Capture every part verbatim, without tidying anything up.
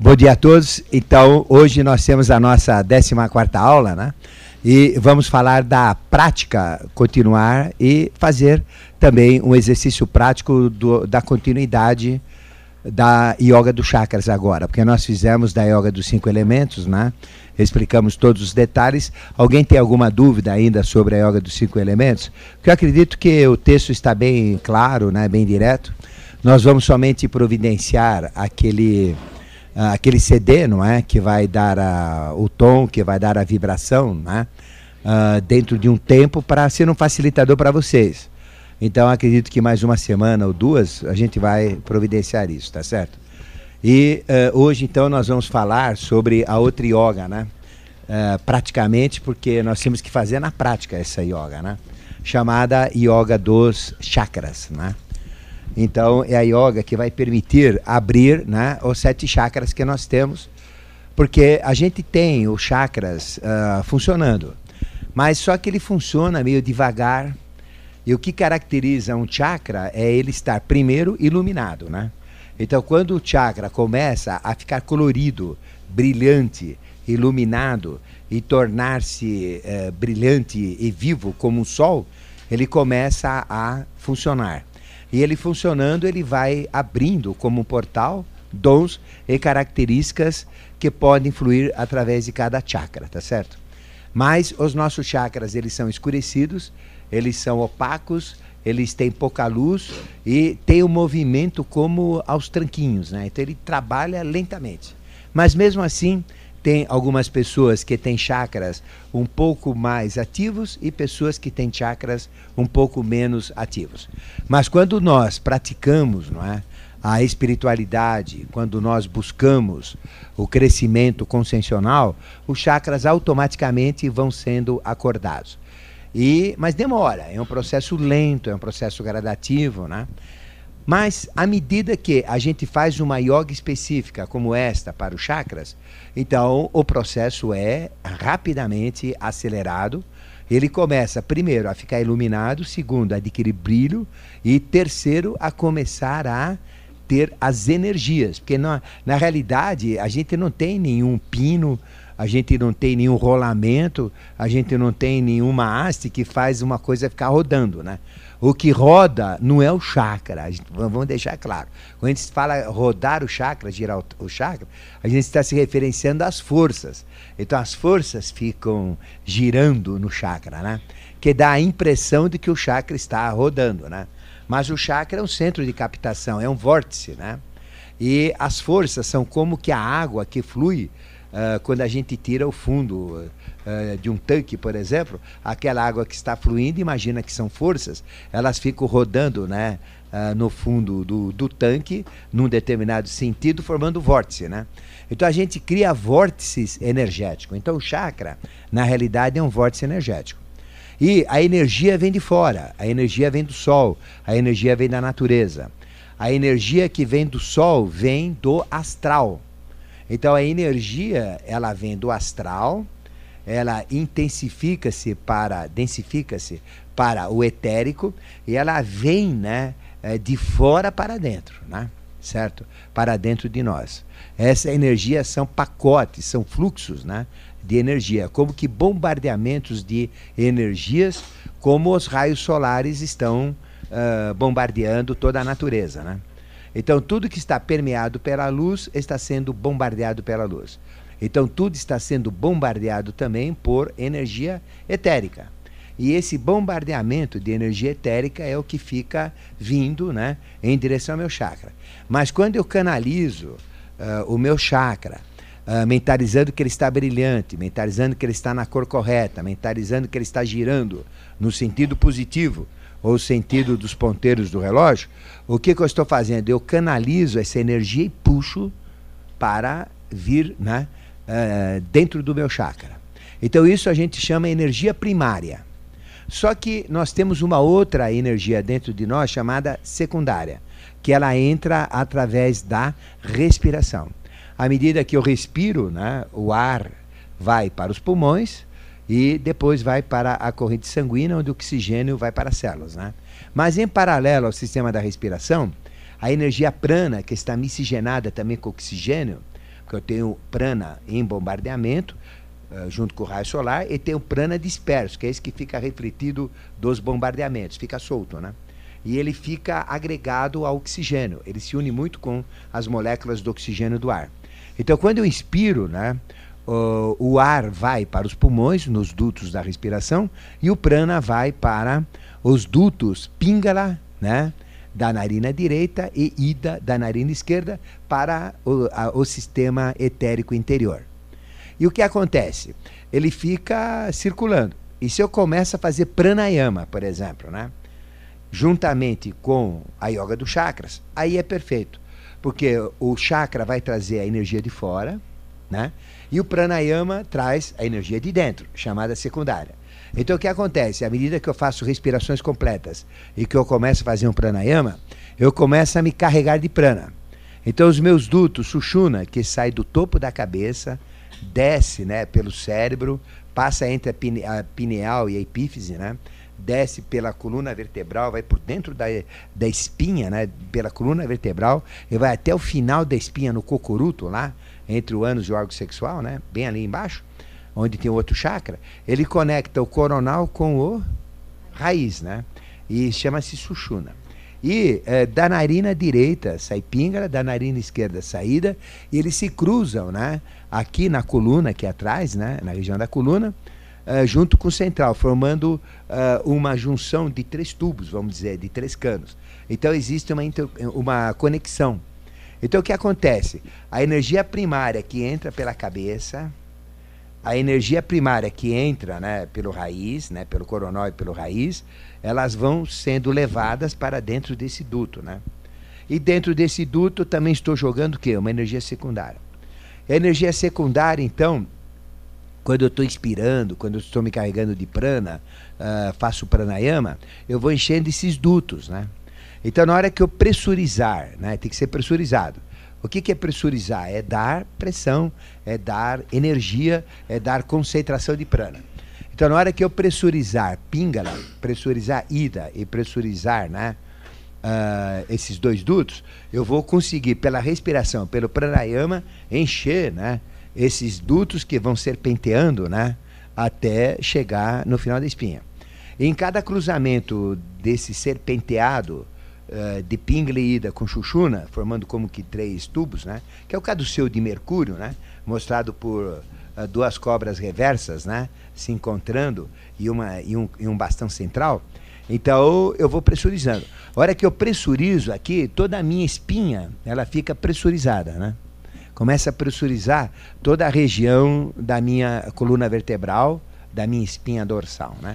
Bom dia a todos. Então, hoje nós temos a nossa décima quarta aula, né? E vamos falar da prática continuar e fazer também um exercício prático do, da continuidade da yoga dos chakras agora, porque nós fizemos da yoga dos cinco elementos, né? Explicamos todos os detalhes. Alguém tem alguma dúvida ainda sobre a yoga dos cinco elementos? Porque eu acredito que o texto está bem claro, né? Bem direto. Nós vamos somente providenciar aquele... Uh, aquele C D, não é? Que vai dar uh, o tom, que vai dar a vibração, né? Uh, dentro de um tempo para ser um facilitador para vocês. Então, acredito que mais uma semana ou duas a gente vai providenciar isso, tá certo? E uh, hoje, então, nós vamos falar sobre a outra yoga, né? Uh, praticamente, porque nós temos que fazer na prática essa yoga, né? Chamada yoga dos chakras, né? Então, é a yoga que vai permitir abrir, né, os sete chakras que nós temos, porque a gente tem os chakras uh, funcionando, mas só que ele funciona meio devagar, e o que caracteriza um chakra é ele estar primeiro iluminado, né? Então, quando o chakra começa a ficar colorido, brilhante, iluminado, e tornar-se uh, brilhante e vivo como um sol, ele começa a funcionar. E ele funcionando, ele vai abrindo como um portal dons e características que podem fluir através de cada chakra, tá certo? Mas os nossos chakras, eles são escurecidos, eles são opacos, eles têm pouca luz e tem um movimento como aos tranquinhos, né? Então ele trabalha lentamente. Mas mesmo assim, tem algumas pessoas que têm chakras um pouco mais ativos e pessoas que têm chakras um pouco menos ativos. Mas quando nós praticamos, não é, a espiritualidade, quando nós buscamos o crescimento consciencial, os chakras automaticamente vão sendo acordados. E, mas demora, é um processo lento, é um processo gradativo, né? Mas, à medida que a gente faz uma yoga específica como esta para os chakras, então o processo é rapidamente acelerado. Ele começa, primeiro, a ficar iluminado, segundo, a adquirir brilho, e terceiro, a começar a ter as energias. Porque, na, na realidade, a gente não tem nenhum pino, a gente não tem nenhum rolamento, a gente não tem nenhuma haste que faz uma coisa ficar rodando, né? O que roda não é o chakra, gente, vamos deixar claro. Quando a gente fala rodar o chakra, girar o, o chakra, a gente está se referenciando às forças. Então as forças ficam girando no chakra, né? Que dá a impressão de que o chakra está rodando, né? Mas o chakra é um centro de captação, é um vórtice, né? E as forças são como que a água que flui uh, quando a gente tira o fundo Uh, de um tanque, por exemplo, aquela água que está fluindo, imagina que são forças, elas ficam rodando, né, uh, no fundo do, do tanque, num determinado sentido, formando vórtice, né? Então a gente cria vórtices energéticos. Então o chakra, na realidade, é um vórtice energético. E a energia vem de fora, a energia vem do sol, a energia vem da natureza. A energia que vem do sol vem do astral. Então a energia, ela vem do astral, ela intensifica-se para, densifica-se para o etérico e ela vem, né, de fora para dentro, né, certo? Para dentro de nós. Essa energia são pacotes, são fluxos, né, de energia, como que bombardeamentos de energias, como os raios solares estão uh, bombardeando toda a natureza, né? Então tudo que está permeado pela luz está sendo bombardeado pela luz. Então tudo está sendo bombardeado também por energia etérica. E esse bombardeamento de energia etérica é o que fica vindo, né, em direção ao meu chakra. Mas quando eu canalizo uh, o meu chakra, uh, mentalizando que ele está brilhante, mentalizando que ele está na cor correta, mentalizando que ele está girando no sentido positivo, ou sentido dos ponteiros do relógio, o que, que eu estou fazendo? Eu canalizo essa energia e puxo para vir, né, Uh, dentro do meu chakra. Então isso a gente chama energia primária. Só que nós temos uma outra energia dentro de nós chamada secundária, que ela entra através da respiração. À medida que eu respiro, né, o ar vai para os pulmões e depois vai para a corrente sanguínea, onde o oxigênio vai para as células, né? Mas em paralelo ao sistema da respiração, a energia prana, que está miscigenada também com oxigênio, que eu tenho prana em bombardeamento, uh, junto com o raio solar, e tenho prana disperso, que é esse que fica refletido dos bombardeamentos, fica solto, né? E ele fica agregado ao oxigênio, ele se une muito com as moléculas do oxigênio do ar. Então, quando eu inspiro, né, o, o ar vai para os pulmões, nos dutos da respiração, e o prana vai para os dutos píngala, né, da narina direita, e ida da narina esquerda, para o, a, o sistema etérico interior. E o que acontece? Ele fica circulando. E se eu começo a fazer pranayama, por exemplo, né, juntamente com a yoga dos chakras, aí é perfeito. Porque o chakra vai trazer a energia de fora, né, e o pranayama traz a energia de dentro, chamada secundária. Então o que acontece? À medida que eu faço respirações completas e que eu começo a fazer um pranayama, eu começo a me carregar de prana. Então os meus dutos, Sushumna, que sai do topo da cabeça, desce, né, pelo cérebro, passa entre a, pine a pineal e a epífise, né, desce pela coluna vertebral, vai por dentro da, da espinha, né, pela coluna vertebral, e vai até o final da espinha no cocoruto, lá, entre o ânus e o órgão sexual, né, bem ali embaixo, onde tem outro chakra. Ele conecta o coronal com o raiz, né, e chama-se Sushumna. E é, da narina direita sai píngala, da narina esquerda saída, e eles se cruzam, né, aqui na coluna, aqui atrás, né, na região da coluna, Uh, junto com o central, formando uh, uma junção de três tubos, vamos dizer, de três canos. Então existe uma, inter... uma conexão. Então o que acontece? A energia primária que entra pela cabeça, a energia primária que entra, né, pelo raiz, né, pelo coronal e pelo raiz, elas vão sendo levadas para dentro desse duto, né? E dentro desse duto também estou jogando o quê? Uma energia secundária. A energia secundária, então, quando eu estou inspirando, quando eu estou me carregando de prana, uh, faço pranayama, eu vou enchendo esses dutos, né? Então, na hora que eu pressurizar, né, tem que ser pressurizado. O que, que é pressurizar? É dar pressão, é dar energia, é dar concentração de prana. Então, na hora que eu pressurizar píngala, pressurizar ida e pressurizar, né, uh, esses dois dutos, eu vou conseguir, pela respiração, pelo pranayama, encher, né, esses dutos que vão serpenteando, né, até chegar no final da espinha. E em cada cruzamento desse serpenteado uh, de píngala e ida com Sushumna, formando como que três tubos, né, que é o caduceu de Mercúrio, né, mostrado por uh, duas cobras reversas, né, se encontrando e, uma, e, um, e um bastão central. Então eu vou pressurizando. A hora que eu pressurizo aqui, toda a minha espinha ela fica pressurizada, né? Começa a pressurizar toda a região da minha coluna vertebral, da minha espinha dorsal, né?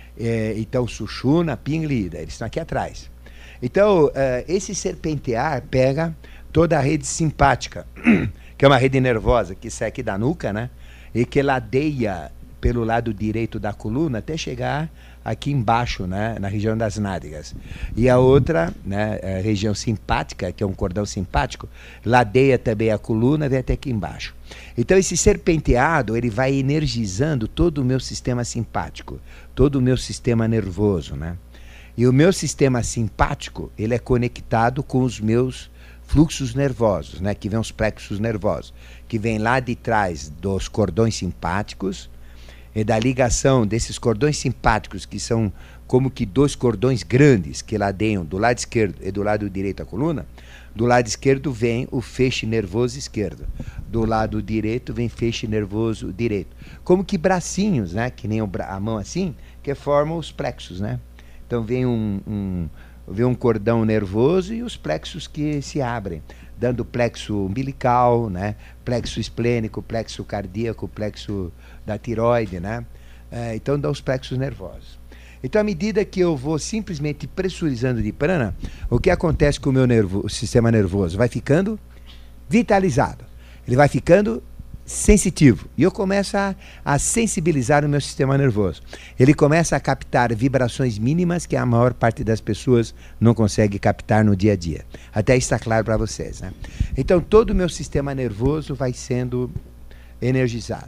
É, então, Sushumna, píngala e ida, eles estão aqui atrás. Então, uh, esse serpentear pega toda a rede simpática, que é uma rede nervosa que sai aqui da nuca, né? E que ladeia pelo lado direito da coluna até chegar aqui embaixo, né, na região das nádegas. E a outra, né, a região simpática, que é um cordão simpático, ladeia também a coluna, vem até aqui embaixo. Então esse serpenteado, ele vai energizando todo o meu sistema simpático, todo o meu sistema nervoso, né? E o meu sistema simpático, ele é conectado com os meus fluxos nervosos, né, que vem os plexos nervosos, que vem lá de trás dos cordões simpáticos, e da ligação desses cordões simpáticos, que são como que dois cordões grandes que ladeiam do lado esquerdo e do lado direito da coluna. Do lado esquerdo vem o feixe nervoso esquerdo, do lado direito vem feixe nervoso direito. Como que bracinhos, né, que nem a mão assim, que formam os plexos, né? Então vem um, um, vem um cordão nervoso e os plexos que se abrem, dando plexo umbilical, né, plexo esplênico, plexo cardíaco, plexo da tiroide, né? É, então dá os plexos nervosos. Então, à medida que eu vou simplesmente pressurizando de prana, o que acontece com o meu nervo, o sistema nervoso? Vai ficando vitalizado, ele vai ficando sensitivo, e eu começo a, a sensibilizar o meu sistema nervoso. Ele começa a captar vibrações mínimas que a maior parte das pessoas não consegue captar no dia a dia. Até está claro para vocês, né? Então todo o meu sistema nervoso vai sendo energizado.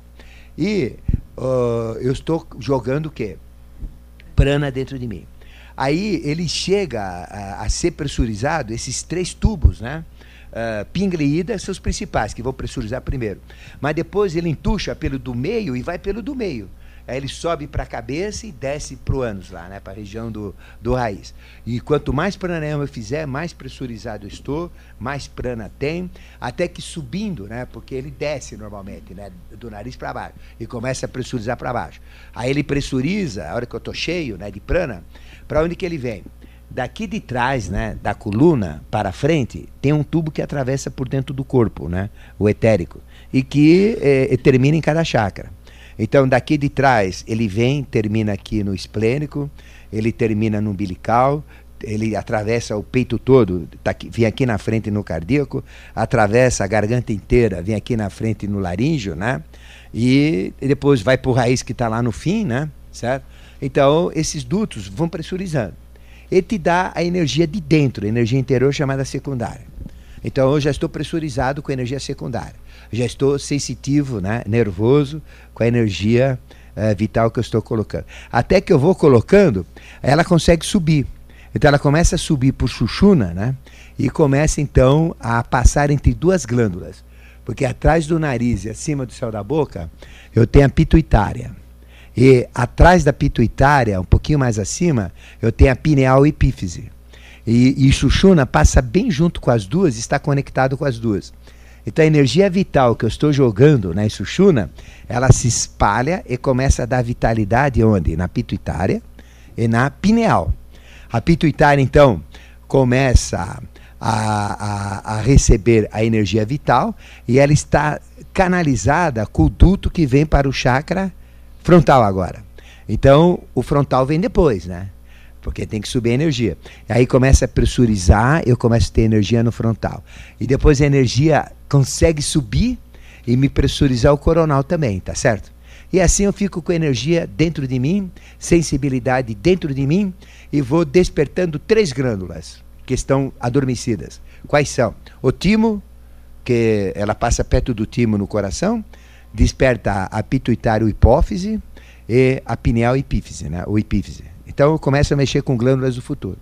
E uh, eu estou jogando o quê? Prana dentro de mim. Aí ele chega a, a ser pressurizado, esses três tubos, né? uh, pinga e ida são os principais, que vão pressurizar primeiro. Mas depois ele entuxa pelo do meio e vai pelo do meio. Aí ele sobe para a cabeça e desce para o ânus lá, né, para a região do, do raiz. E quanto mais pranayama eu fizer, mais pressurizado eu estou, mais prana tem, até que subindo, né, porque ele desce normalmente, né, do nariz para baixo, e começa a pressurizar para baixo. Aí ele pressuriza, a hora que eu estou cheio, né, de prana, para onde que ele vem? Daqui de trás, né, da coluna para frente, tem um tubo que atravessa por dentro do corpo, né, o etérico, e que eh, termina em cada chakra. Então, daqui de trás, ele vem, termina aqui no esplênico, ele termina no umbilical, ele atravessa o peito todo, tá aqui, vem aqui na frente no cardíaco, atravessa a garganta inteira, vem aqui na frente no laríngeo, né? E, e depois vai para o raiz que está lá no fim, né? Certo? Então, esses dutos vão pressurizando. Ele te dá a energia de dentro, a energia interior chamada secundária. Então, eu já estou pressurizado com a energia secundária. Já estou sensitivo, né, nervoso, com a energia uh, vital que eu estou colocando. Até que eu vou colocando, ela consegue subir. Então, ela começa a subir por Sushumna, né, e começa, então, a passar entre duas glândulas. Porque atrás do nariz e acima do céu da boca, eu tenho a pituitária. E atrás da pituitária, um pouquinho mais acima, eu tenho a pineal e epífise. E, e Sushumna passa bem junto com as duas, está conectado com as duas. Então a energia vital que eu estou jogando na Sushumna, ela se espalha e começa a dar vitalidade onde? Na pituitária e na pineal. A pituitária, então, começa a, a, a receber a energia vital e ela está canalizada com o duto que vem para o chakra frontal agora. Então, o frontal vem depois, né? Porque tem que subir a energia. Aí começa a pressurizar, eu começo a ter energia no frontal. E depois a energia consegue subir e me pressurizar o coronal também, tá certo? E assim eu fico com energia dentro de mim, sensibilidade dentro de mim, e vou despertando três glândulas que estão adormecidas. Quais são? O timo, que ela passa perto do timo no coração, desperta a pituitária, hipófise, e a pineal e epífise, né? O epífise. Então eu começo a mexer com glândulas do futuro.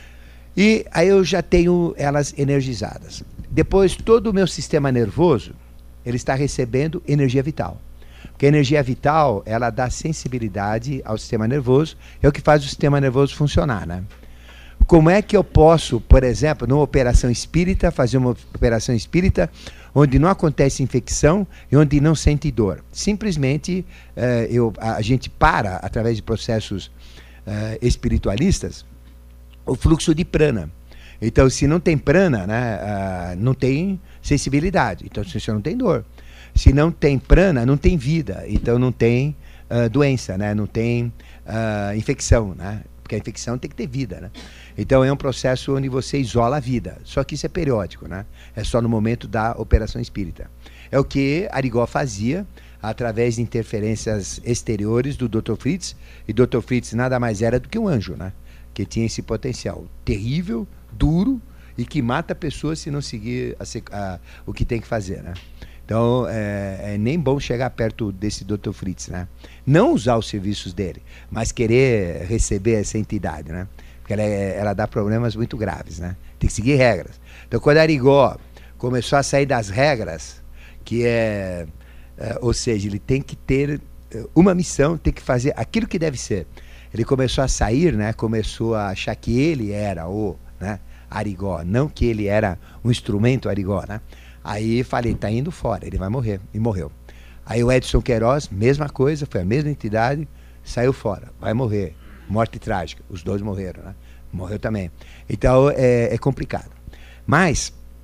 E aí eu já tenho elas energizadas. Depois todo o meu sistema nervoso, ele está recebendo energia vital. Porque a energia vital, ela dá sensibilidade ao sistema nervoso, é o que faz o sistema nervoso funcionar, né? Como é que eu posso, por exemplo, numa operação espírita, fazer uma operação espírita onde não acontece infecção e onde não sente dor? Simplesmente eh, eu, a gente para, através de processos Uh, espiritualistas, o fluxo de prana. Então, se não tem prana, né, uh, não tem sensibilidade. Então, se você não tem dor. Se não tem prana, não tem vida. Então, não tem uh, doença, né, não tem uh, infecção, né, porque a infecção tem que ter vida, né. Então, é um processo onde você isola a vida. Só que isso é periódico, né, é só no momento da operação espírita. É o que Arigó fazia através de interferências exteriores do doutor Fritz, e doutor Fritz nada mais era do que um anjo, né? Que tinha esse potencial terrível, duro, e que mata pessoas se não seguir a, a, o que tem que fazer, né? Então, é, é nem bom chegar perto desse doutor Fritz, né? Não usar os serviços dele, mas querer receber essa entidade, né? Porque ela, é, ela dá problemas muito graves, né? Tem que seguir regras. Então, quando Arigó começou a sair das regras, que é... Uh, ou seja, ele tem que ter uh, uma missão, tem que fazer aquilo que deve ser. Ele começou a sair, né, começou a achar que ele era o, né, Arigó, não que ele era um instrumento Arigó, né? Aí falei, tá indo fora, ele vai morrer, e morreu. Aí o Edson Queiroz, mesma coisa, foi a mesma entidade, saiu fora, vai morrer, morte trágica, os dois morreram, né? Morreu também. Então é, é complicado. Mas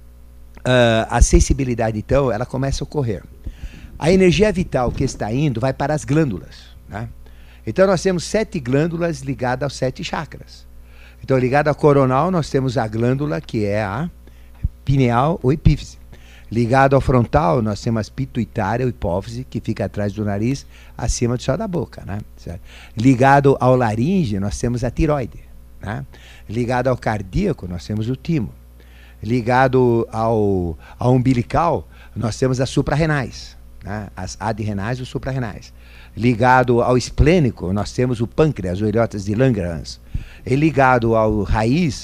uh, a sensibilidade, então, ela começa a ocorrer. A energia vital que está indo vai para as glândulas, né? Então nós temos sete glândulas ligadas aos sete chakras. Então ligada à coronal nós temos a glândula que é a pineal ou epífise. Ligado ao frontal nós temos a pituitária ou hipófise que fica atrás do nariz, acima do céu da boca, né? Certo? Ligado ao laríngeo nós temos a tiroide, né? Ligado ao cardíaco nós temos o timo. Ligado ao, ao umbilical nós temos as suprarrenais, né? As adrenais e os suprarrenais. Ligado ao esplênico, nós temos o pâncreas, ou ilhotas de Langerhans. E ligado ao raiz,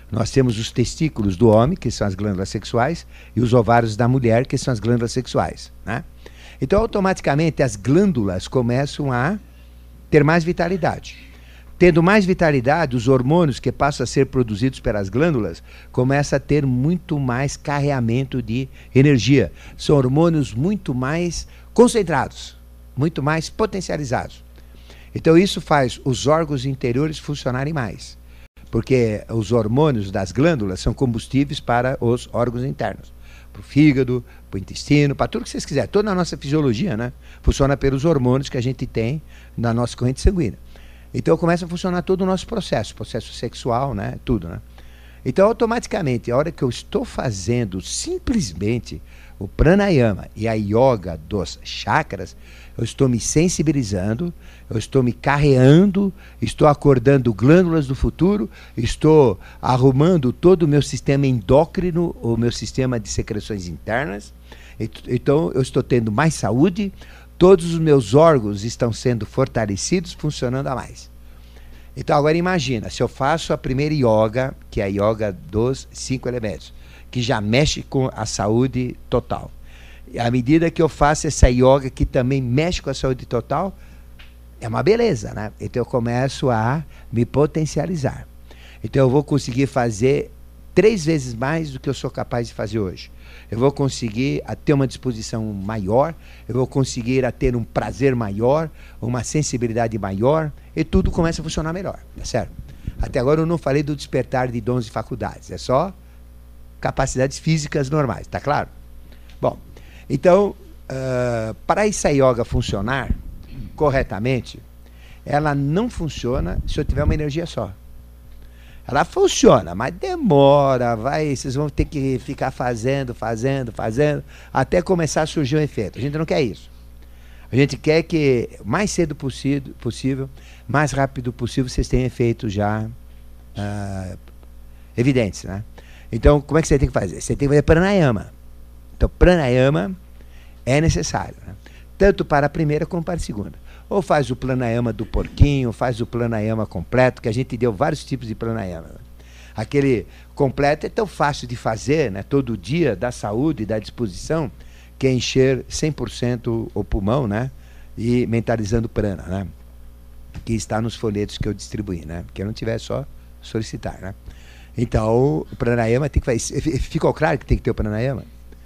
Nós temos os testículos do homem, que são as glândulas sexuais, e os ovários da mulher, que são as glândulas sexuais, né? Então, automaticamente, as glândulas começam a ter mais vitalidade. Tendo mais vitalidade, os hormônios que passam a ser produzidos pelas glândulas começam a ter muito mais carreamento de energia. São hormônios muito mais concentrados, muito mais potencializados. Então isso faz os órgãos interiores funcionarem mais, porque os hormônios das glândulas são combustíveis para os órgãos internos, para o fígado, para o intestino, para tudo que vocês quiserem. Toda a nossa fisiologia, né, funciona pelos hormônios que a gente tem na nossa corrente sanguínea. Então começa a funcionar todo o nosso processo, processo sexual, né, tudo, né? Então automaticamente, a hora que eu estou fazendo simplesmente o pranayama e a yoga dos chakras, eu estou me sensibilizando, eu estou me carreando, estou acordando glândulas do futuro, estou arrumando todo o meu sistema endócrino, o meu sistema de secreções internas. Então eu estou tendo mais saúde, todos os meus órgãos estão sendo fortalecidos, funcionando a mais. Então agora imagina, se eu faço a primeira yoga, que é a yoga dos cinco elementos, que já mexe com a saúde total. E à medida que eu faço essa yoga que também mexe com a saúde total, é uma beleza, né? Então eu começo a me potencializar. Então eu vou conseguir fazer três vezes mais do que eu sou capaz de fazer hoje. Eu vou conseguir a ter uma disposição maior, eu vou conseguir a ter um prazer maior, uma sensibilidade maior, e tudo começa a funcionar melhor, tá certo? Até agora eu não falei do despertar de dons e faculdades, é só capacidades físicas normais, tá claro? Bom, então, uh, para essa yoga funcionar corretamente, ela não funciona se eu tiver uma energia só. Ela funciona, mas demora, vai, vocês vão ter que ficar fazendo, fazendo, fazendo, até começar a surgir um efeito. A gente não quer isso. A gente quer que mais cedo possível, possível mais rápido possível, vocês tenham efeitos já uh, evidentes, né? Então, como é que você tem que fazer? Você tem que fazer pranayama. Então, pranayama é necessário, né? Tanto para a primeira como para a segunda. Ou faz o pranayama do porquinho, faz o pranayama completo, que a gente deu vários tipos de pranayama, né? Aquele completo é tão fácil de fazer, né, todo dia, dá saúde, dá disposição, que é encher cem por cento o pulmão, né, e mentalizando prana, né, que está nos folhetos que eu distribuí, né, que eu não tiver só solicitar, né. Então, o pranayama tem que fazer. Ficou claro que tem que ter o pranayama?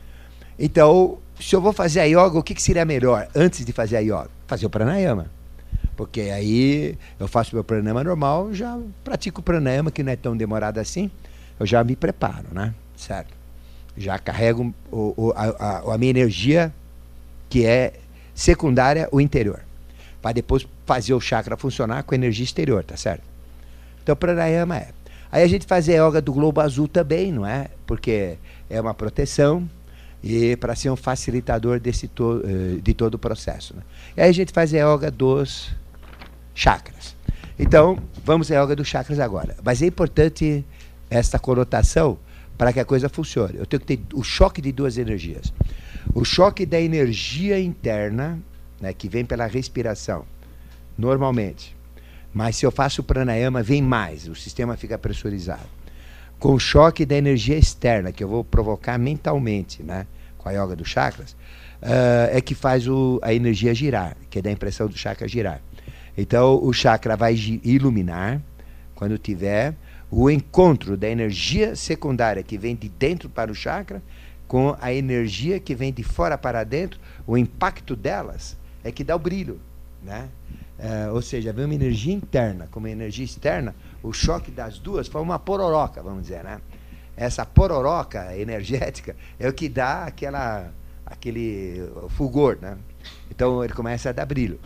Então, se eu vou fazer a yoga, o que, que seria melhor antes de fazer a yoga? Fazer o pranayama. Porque aí eu faço o meu pranayama normal, já pratico o pranayama, que não é tão demorado assim, eu já me preparo, né? Certo? Já carrego o, o, a, a, a minha energia, que é secundária, o interior, para depois fazer o chakra funcionar com a energia exterior, tá certo? Então, pranayama é. Aí a gente faz a yoga do globo azul também, não é? Porque é uma proteção e para ser um facilitador desse to, de todo o processo, né? E aí a gente faz a yoga dos chakras. Então, vamos à yoga dos chakras agora. Mas é importante esta conotação para que a coisa funcione. Eu tenho que ter o choque de duas energias. O choque da energia interna, né, que vem pela respiração, normalmente. Mas se eu faço o pranayama, vem mais, o sistema fica pressurizado. Com o choque da energia externa, que eu vou provocar mentalmente, né, com a yoga dos chakras, uh, é que faz o, a energia girar, que dá a impressão do chakra girar. Então o chakra vai iluminar, quando tiver o encontro da energia secundária que vem de dentro para o chakra, com a energia que vem de fora para dentro, o impacto delas é que dá o brilho, né? Uh, ou seja, vem uma energia interna com uma energia externa, o choque das duas foi uma pororoca, vamos dizer, né? Essa pororoca energética é o que dá aquela, aquele fulgor, né? Então ele começa a dar brilho.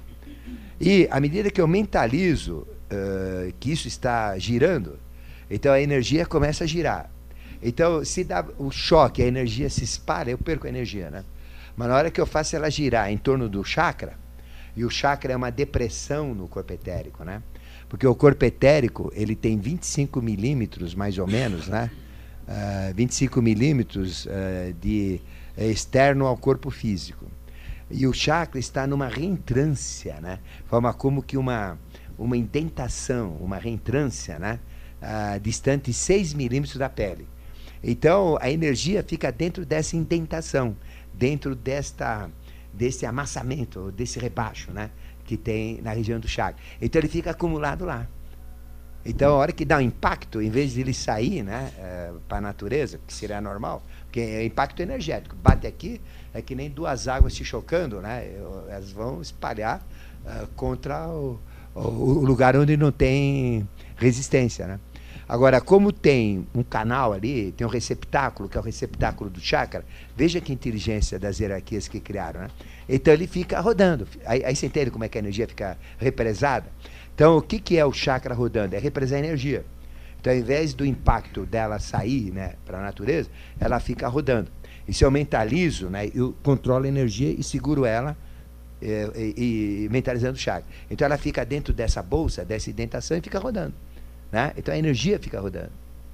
E à medida que eu mentalizo uh, que isso está girando, então a energia começa a girar. Então se dá o choque, a energia se espalha, eu perco a energia, né? Mas na hora que eu faço ela girar em torno do chakra, e o chakra é uma depressão no corpo etérico, né? Porque o corpo etérico, ele tem vinte e cinco milímetros, mais ou menos, né? Uh, vinte e cinco milímetros uh, de uh, externo ao corpo físico. E o chakra está numa reentrância, né? Forma como que uma, uma indentação, uma reentrância, né? uh, distante seis milímetros da pele. Então, a energia fica dentro dessa indentação, dentro desta, desse amassamento, desse rebaixo, né, que tem na região do chakra. Então, ele fica acumulado lá. Então, a hora que dá um impacto, em vez de ele sair, né, é, para a natureza, que seria normal, porque é impacto energético, bate aqui, é que nem duas águas se chocando, né, elas vão espalhar uh, contra o, o, o lugar onde não tem resistência, né. Agora, como tem um canal ali, tem um receptáculo, que é o receptáculo do chakra, veja que inteligência das hierarquias que criaram, né? Então ele fica rodando. Aí, aí você entende como é que a energia fica represada? Então, o que, que é o chakra rodando? É represar a energia. Então, ao invés do impacto dela sair, né, para a natureza, ela fica rodando. E se eu mentalizo, né, eu controlo a energia e seguro ela, é, e, e mentalizando o chakra. Então, ela fica dentro dessa bolsa, dessa indentação e fica rodando. Né? Então a energia fica rodando.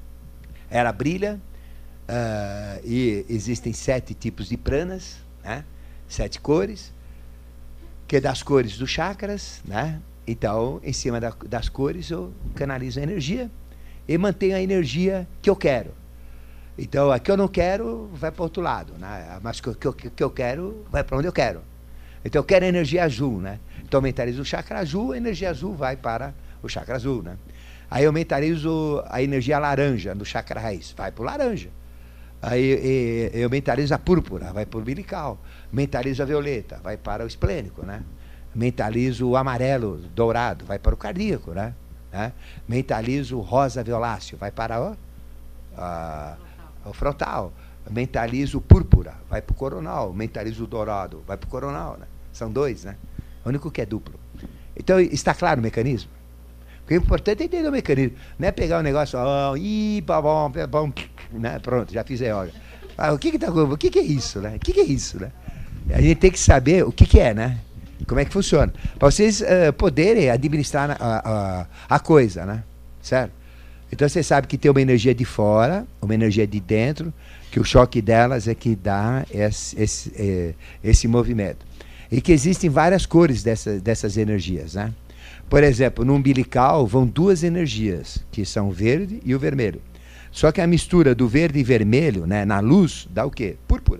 Ela brilha, uh, e existem sete tipos de pranas, né? Sete cores, que é das cores dos chakras, né? Então, em cima da, das cores, eu canalizo a energia e mantenho a energia que eu quero. Então, a que eu não quero vai para o outro lado, né? Mas o que, que, que eu quero vai para onde eu quero. Então, eu quero a energia azul, né? Então, eu mentalizo o chakra azul, a energia azul vai para o chakra azul, né? Aí eu mentalizo a energia laranja do chakra raiz, vai para o laranja. Aí e, eu mentalizo a púrpura, vai para o umbilical. Mentalizo a violeta, vai para o esplênico, né? Mentalizo o amarelo dourado, vai para o cardíaco, né? né? Mentalizo o rosa violáceo, vai para o, a, o frontal. Mentalizo o púrpura, vai para o coronal. Mentalizo o dourado, vai para o coronal, né? São dois, né? O único que é duplo. Então, está claro o mecanismo? O que é importante é entender o mecanismo. Não é pegar um negócio, oh, ih, bom, bom, né? Pronto, já fiz a yoga. Ah, o que que tá, o que que é isso, né? O que que é isso, né? A gente tem que saber o que que é, né? Como é que funciona. Para vocês uh, poderem administrar a, a, a coisa, né? Certo? Então você sabe que tem uma energia de fora, uma energia de dentro, que o choque delas é que dá esse, esse, eh, esse movimento. E que existem várias cores dessa, dessas energias, né? Por exemplo, no umbilical vão duas energias, que são o verde e o vermelho. Só que a mistura do verde e vermelho, né, na luz, dá o quê? Púrpura.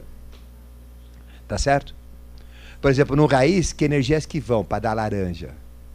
Tá certo? Por exemplo, no raiz, que energias que vão para dar laranja?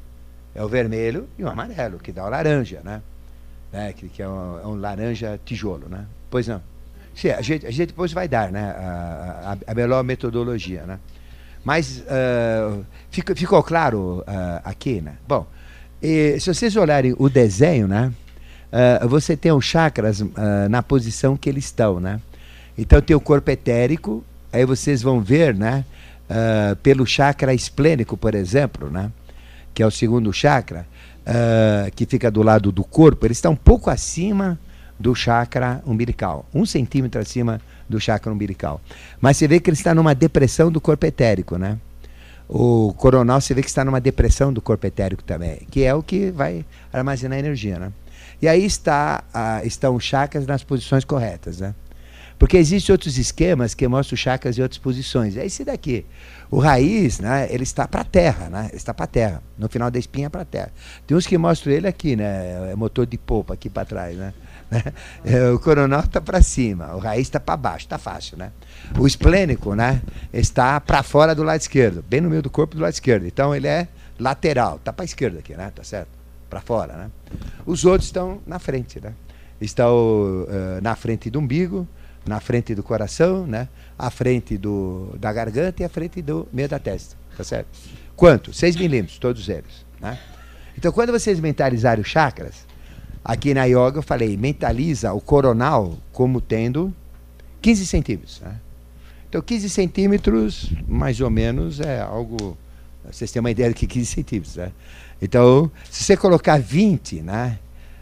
É o vermelho e o amarelo, que dá o laranja, né? né? Que, que é, um, é um laranja tijolo, né? Pois não. Sim, a, gente, a gente depois vai dar, né, a, a, a melhor metodologia, né? Mas uh, ficou, ficou claro uh, aqui, né? Bom, e, se vocês olharem o desenho, né? Uh, você tem os chakras uh, na posição que eles estão, né? Então tem o corpo etérico, aí vocês vão ver, né? Uh, pelo chakra esplênico, por exemplo, né? Que é o segundo chakra, uh, que fica do lado do corpo, ele está um pouco acima do chakra umbilical, um centímetro acima do chakra umbilical. Mas você vê que ele está numa depressão do corpo etérico, né? O coronal, você vê que está numa depressão do corpo etérico também, que é o que vai armazenar energia, né? E aí está, ah, estão os chakras nas posições corretas, né? Porque existem outros esquemas que mostram os chakras em outras posições. É esse daqui. O raiz, né, ele está para a terra, né? Ele está para a terra. No final da espinha para a terra. Tem uns que mostram ele aqui, né? É motor de polpa aqui para trás, né? É, o coronal está para cima, o raiz está para baixo, está fácil, né? O esplênico, né, está para fora do lado esquerdo, bem no meio do corpo do lado esquerdo. Então ele é lateral, está para a esquerda aqui, né? Tá certo? Para fora, né? Os outros estão na frente, né? Estão uh, na frente do umbigo, na frente do coração, né? À frente do, da garganta e à frente do meio da testa, tá certo? Quanto? seis milímetros, todos eles, né? Então, quando vocês mentalizarem os chakras, aqui na yoga eu falei, mentaliza o coronal como tendo quinze centímetros, né? Então, quinze centímetros, mais ou menos, é algo... Vocês têm uma ideia do que quinze centímetros, né? Então, se você colocar vinte, né?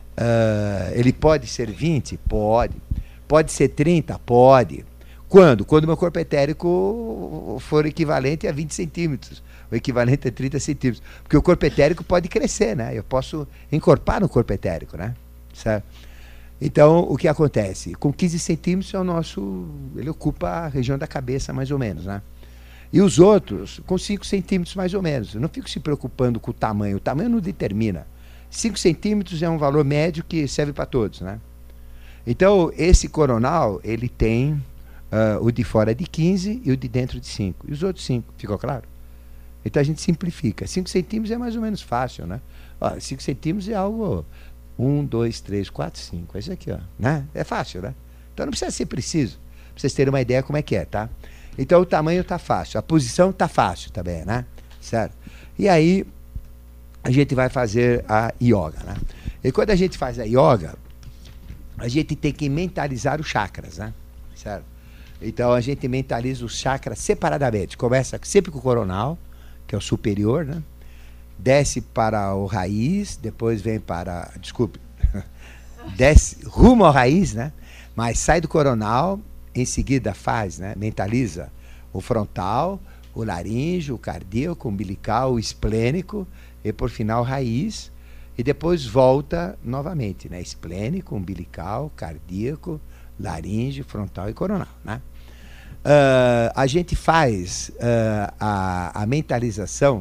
Uh, ele pode ser vinte? Pode. Pode ser trinta? Pode. Quando? Quando o meu corpo etérico for equivalente a vinte centímetros. O equivalente a trinta centímetros. Porque o corpo etérico pode crescer, né? Eu posso encorpar no corpo etérico, né? Certo? Então, o que acontece? Com quinze centímetros é o nosso... Ele ocupa a região da cabeça, mais ou menos, né? E os outros, com cinco centímetros, mais ou menos. Eu não fico se preocupando com o tamanho. O tamanho não determina. cinco centímetros é um valor médio que serve para todos, né? Então, esse coronal, ele tem uh, o de fora de quinze e o de dentro de cinco. E os outros cinco, ficou claro? Então a gente simplifica. cinco centímetros é mais ou menos fácil, né? Ó, cinco centímetros é algo... um, dois, três, quatro, cinco. É isso aqui, ó. Né? É fácil, né? Então não precisa ser preciso. Pra vocês terem uma ideia como é que é, tá? Então o tamanho tá fácil. A posição tá fácil também, né? Certo? E aí a gente vai fazer a yoga, né? E quando a gente faz a yoga, a gente tem que mentalizar os chakras, né? Certo? Então a gente mentaliza os chakras separadamente. Começa sempre com o coronal, que é o superior, né? Desce para o raiz, depois vem para... Desculpe. Desce rumo ao raiz, né? Mas sai do coronal, em seguida faz, né? Mentaliza o frontal, o laríngeo, o cardíaco, o umbilical, o esplênico, e por final raiz, e depois volta novamente, né? Esplênico, umbilical, cardíaco, laríngeo, frontal e coronal, né? Uh, a gente faz uh, a, a mentalização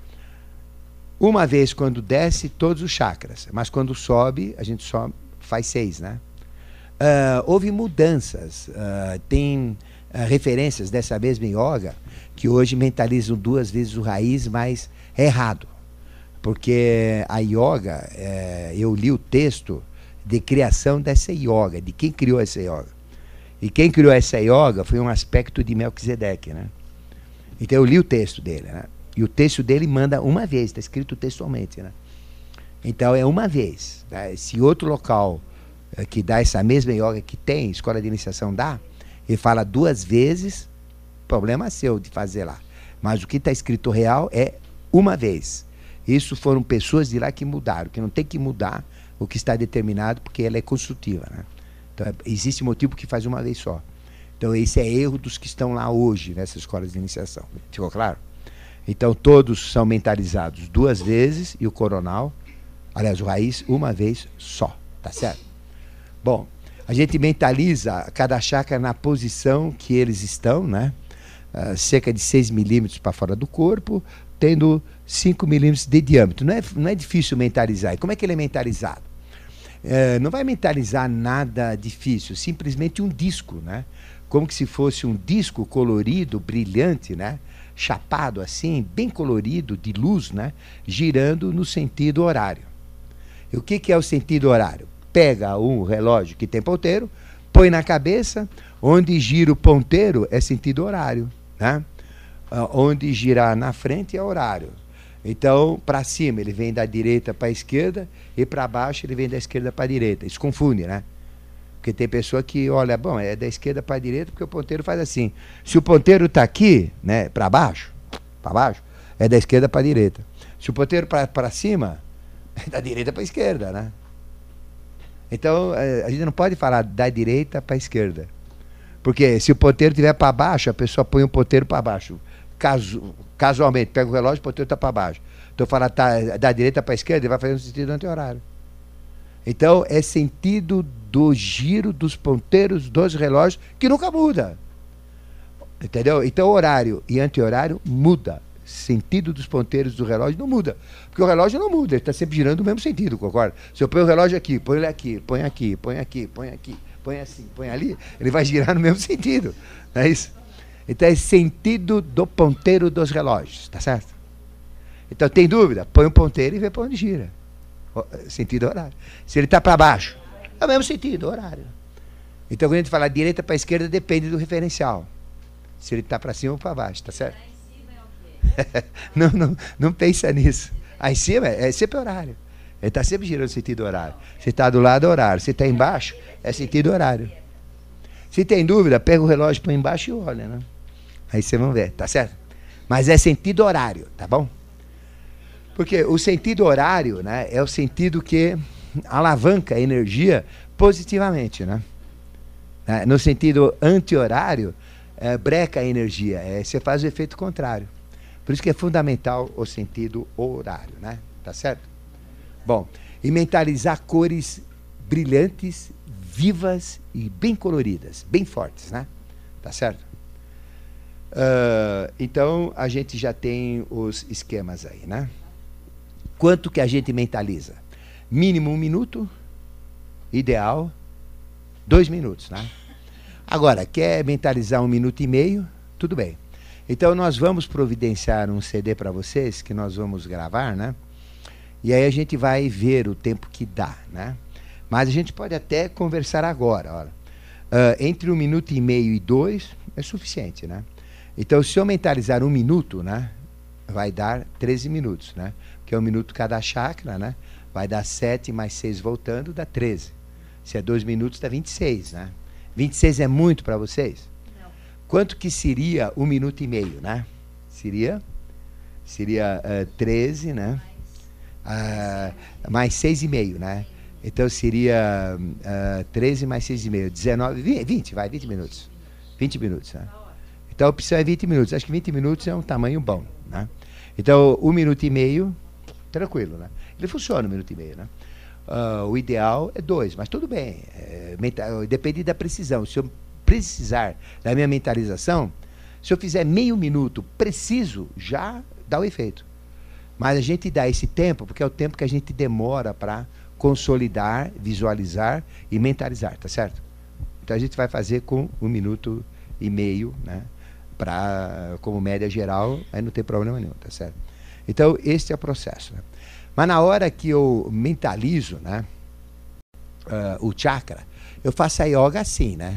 uma vez quando desce todos os chakras, mas quando sobe, a gente só faz seis, né? Uh, houve mudanças, uh, tem uh, referências dessa mesma yoga que hoje mentalizam duas vezes o raiz, mas é errado, porque a yoga, uh, eu li o texto de criação dessa yoga, de quem criou essa yoga. E quem criou essa yoga foi um aspecto de Melquisedeque, né? Então eu li o texto dele, né? E o texto dele manda uma vez, está escrito textualmente, né? Então é uma vez, né? Se outro local é, que dá essa mesma yoga que tem, escola de iniciação dá, ele fala duas vezes, problema seu de fazer lá. Mas o que está escrito real é uma vez. Isso foram pessoas de lá que mudaram, que não tem que mudar o que está determinado, porque ela é construtiva, né? Então, existe motivo que faz uma vez só. Então, esse é erro dos que estão lá hoje, nessas escolas de iniciação. Ficou claro? Então, todos são mentalizados duas vezes, e o coronal, aliás, o raiz, uma vez só. Tá certo? Bom, a gente mentaliza cada chakra na posição que eles estão, né? Uh, cerca de seis milímetros para fora do corpo, tendo cinco milímetros de diâmetro. Não é, não é difícil mentalizar. E como é que ele é mentalizado? É, não vai mentalizar nada difícil, simplesmente um disco, né? Como que se fosse um disco colorido, brilhante, né? Chapado assim, bem colorido, de luz, né? Girando no sentido horário. E o que, que é o sentido horário? Pega um relógio que tem ponteiro, põe na cabeça, onde gira o ponteiro é sentido horário, né? Onde girar na frente é horário. Então, para cima ele vem da direita para a esquerda e para baixo ele vem da esquerda para a direita. Isso confunde, né? Porque tem pessoa que olha, bom, é da esquerda para a direita porque o ponteiro faz assim. Se o ponteiro está aqui, né, para baixo, para baixo, é da esquerda para a direita. Se o ponteiro para cima, é da direita para a esquerda, né? Então, a gente não pode falar da direita para a esquerda. Porque se o ponteiro estiver para baixo, a pessoa põe o ponteiro para baixo. Casu, casualmente, pega o relógio, o ponteiro está para baixo. Então, fala tá, da direita para a esquerda, ele vai fazer um sentido anti-horário. Então, é sentido do giro dos ponteiros dos relógios que nunca muda. Entendeu? Então, horário e anti-horário muda. Sentido dos ponteiros do relógio não muda. Porque o relógio não muda, ele está sempre girando no mesmo sentido, concorda? Se eu põe o relógio aqui, põe ele aqui, põe aqui, põe aqui, põe aqui, põe assim, põe ali, ele vai girar no mesmo sentido. Não é isso? Então é sentido do ponteiro dos relógios, tá certo? Então tem dúvida? Põe um ponteiro e vê para onde gira. Sentido horário. Se ele está para baixo, é o mesmo sentido, horário. Então quando a gente fala direita para esquerda, depende do referencial. Se ele está para cima ou para baixo, tá certo? não, não, não pensa nisso. Aí em cima é, é sempre horário. Ele está sempre girando sentido horário. Se está do lado, é horário. Se está embaixo, é sentido horário. Se tem dúvida, pega o relógio, põe embaixo e olha, né? Aí vocês vão ver, tá certo? Mas é sentido horário, tá bom? Porque o sentido horário, né, é o sentido que alavanca a energia positivamente, né? No sentido anti-horário, é, breca a energia, é, você faz o efeito contrário. Por isso que é fundamental o sentido horário, né? Tá certo? Bom, e mentalizar cores brilhantes, vivas e bem coloridas, bem fortes, né? Tá certo? Uh, então, a gente já tem os esquemas aí, né? Quanto que a gente mentaliza? mínimo um minuto, ideal, dois minutos, né? Agora, quer mentalizar um minuto e meio? Tudo bem. Então, nós vamos providenciar um C D para vocês, que nós vamos gravar, né? E aí a gente vai ver o tempo que dá, né? Mas a gente pode até conversar agora, olha. Uh, entre um minuto e meio e dois é suficiente, né? Então, se eu mentalizar um minuto, né? Vai dar treze minutos, né? Que é um minuto cada chakra, né? Vai dar sete mais seis voltando, dá treze. Se é dois minutos, dá vinte e seis, né? vinte e seis é muito para vocês? Não. Quanto que seria um minuto e meio, né? Seria, seria uh, treze, né? Uh, mais seis e meio, né? Então seria uh, treze mais seis e meio, dezenove, vinte, vai, vinte minutos. vinte minutos, né? Então a opção é vinte minutos. Acho que vinte minutos é um tamanho bom, né? Então, um minuto e meio, tranquilo, né? Ele funciona um minuto e meio, né? Uh, o ideal é dois, mas tudo bem. É, mental, depende da precisão. Se eu precisar da minha mentalização, se eu fizer meio minuto preciso, já dá o efeito. Mas a gente dá esse tempo, porque é o tempo que a gente demora para consolidar, visualizar e mentalizar, tá certo? Então a gente vai fazer com um minuto e meio, né? Pra, como média geral, aí não tem problema nenhum, tá certo? Então, este é o processo, né? Mas na hora que eu mentalizo, né, uh, o chakra, eu faço a yoga assim, né?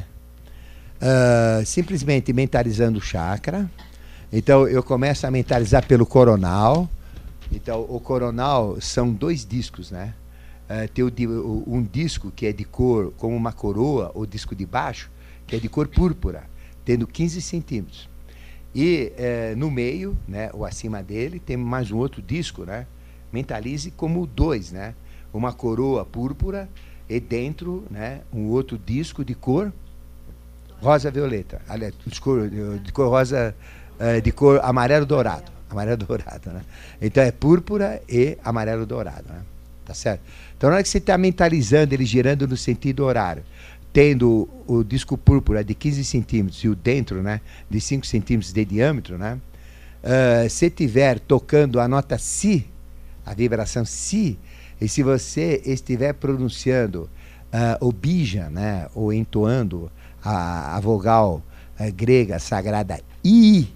Uh, simplesmente mentalizando o chakra. Então, eu começo a mentalizar pelo coronal. Então, o coronal são dois discos, né? Uh, tem o, um disco que é de cor, como uma coroa, o disco de baixo, que é de cor púrpura, tendo quinze centímetros. E eh, no meio, né, ou acima dele, tem mais um outro disco, né? Mentalize como dois, né? Uma coroa púrpura e dentro, né, um outro disco de cor rosa-violeta. Aliás, de cor, de cor rosa, eh, de cor amarelo-dourado. Amarelo-dourado, né? Então é púrpura e amarelo-dourado, né? Tá certo? Então na hora que você está mentalizando, ele girando no sentido horário, tendo o disco púrpura de quinze centímetros e o dentro, né, de cinco centímetros de diâmetro, né, uh, se estiver tocando a nota Si, a vibração Si, e se você estiver pronunciando uh, o bija, né, ou entoando a, a vogal uh, grega sagrada I,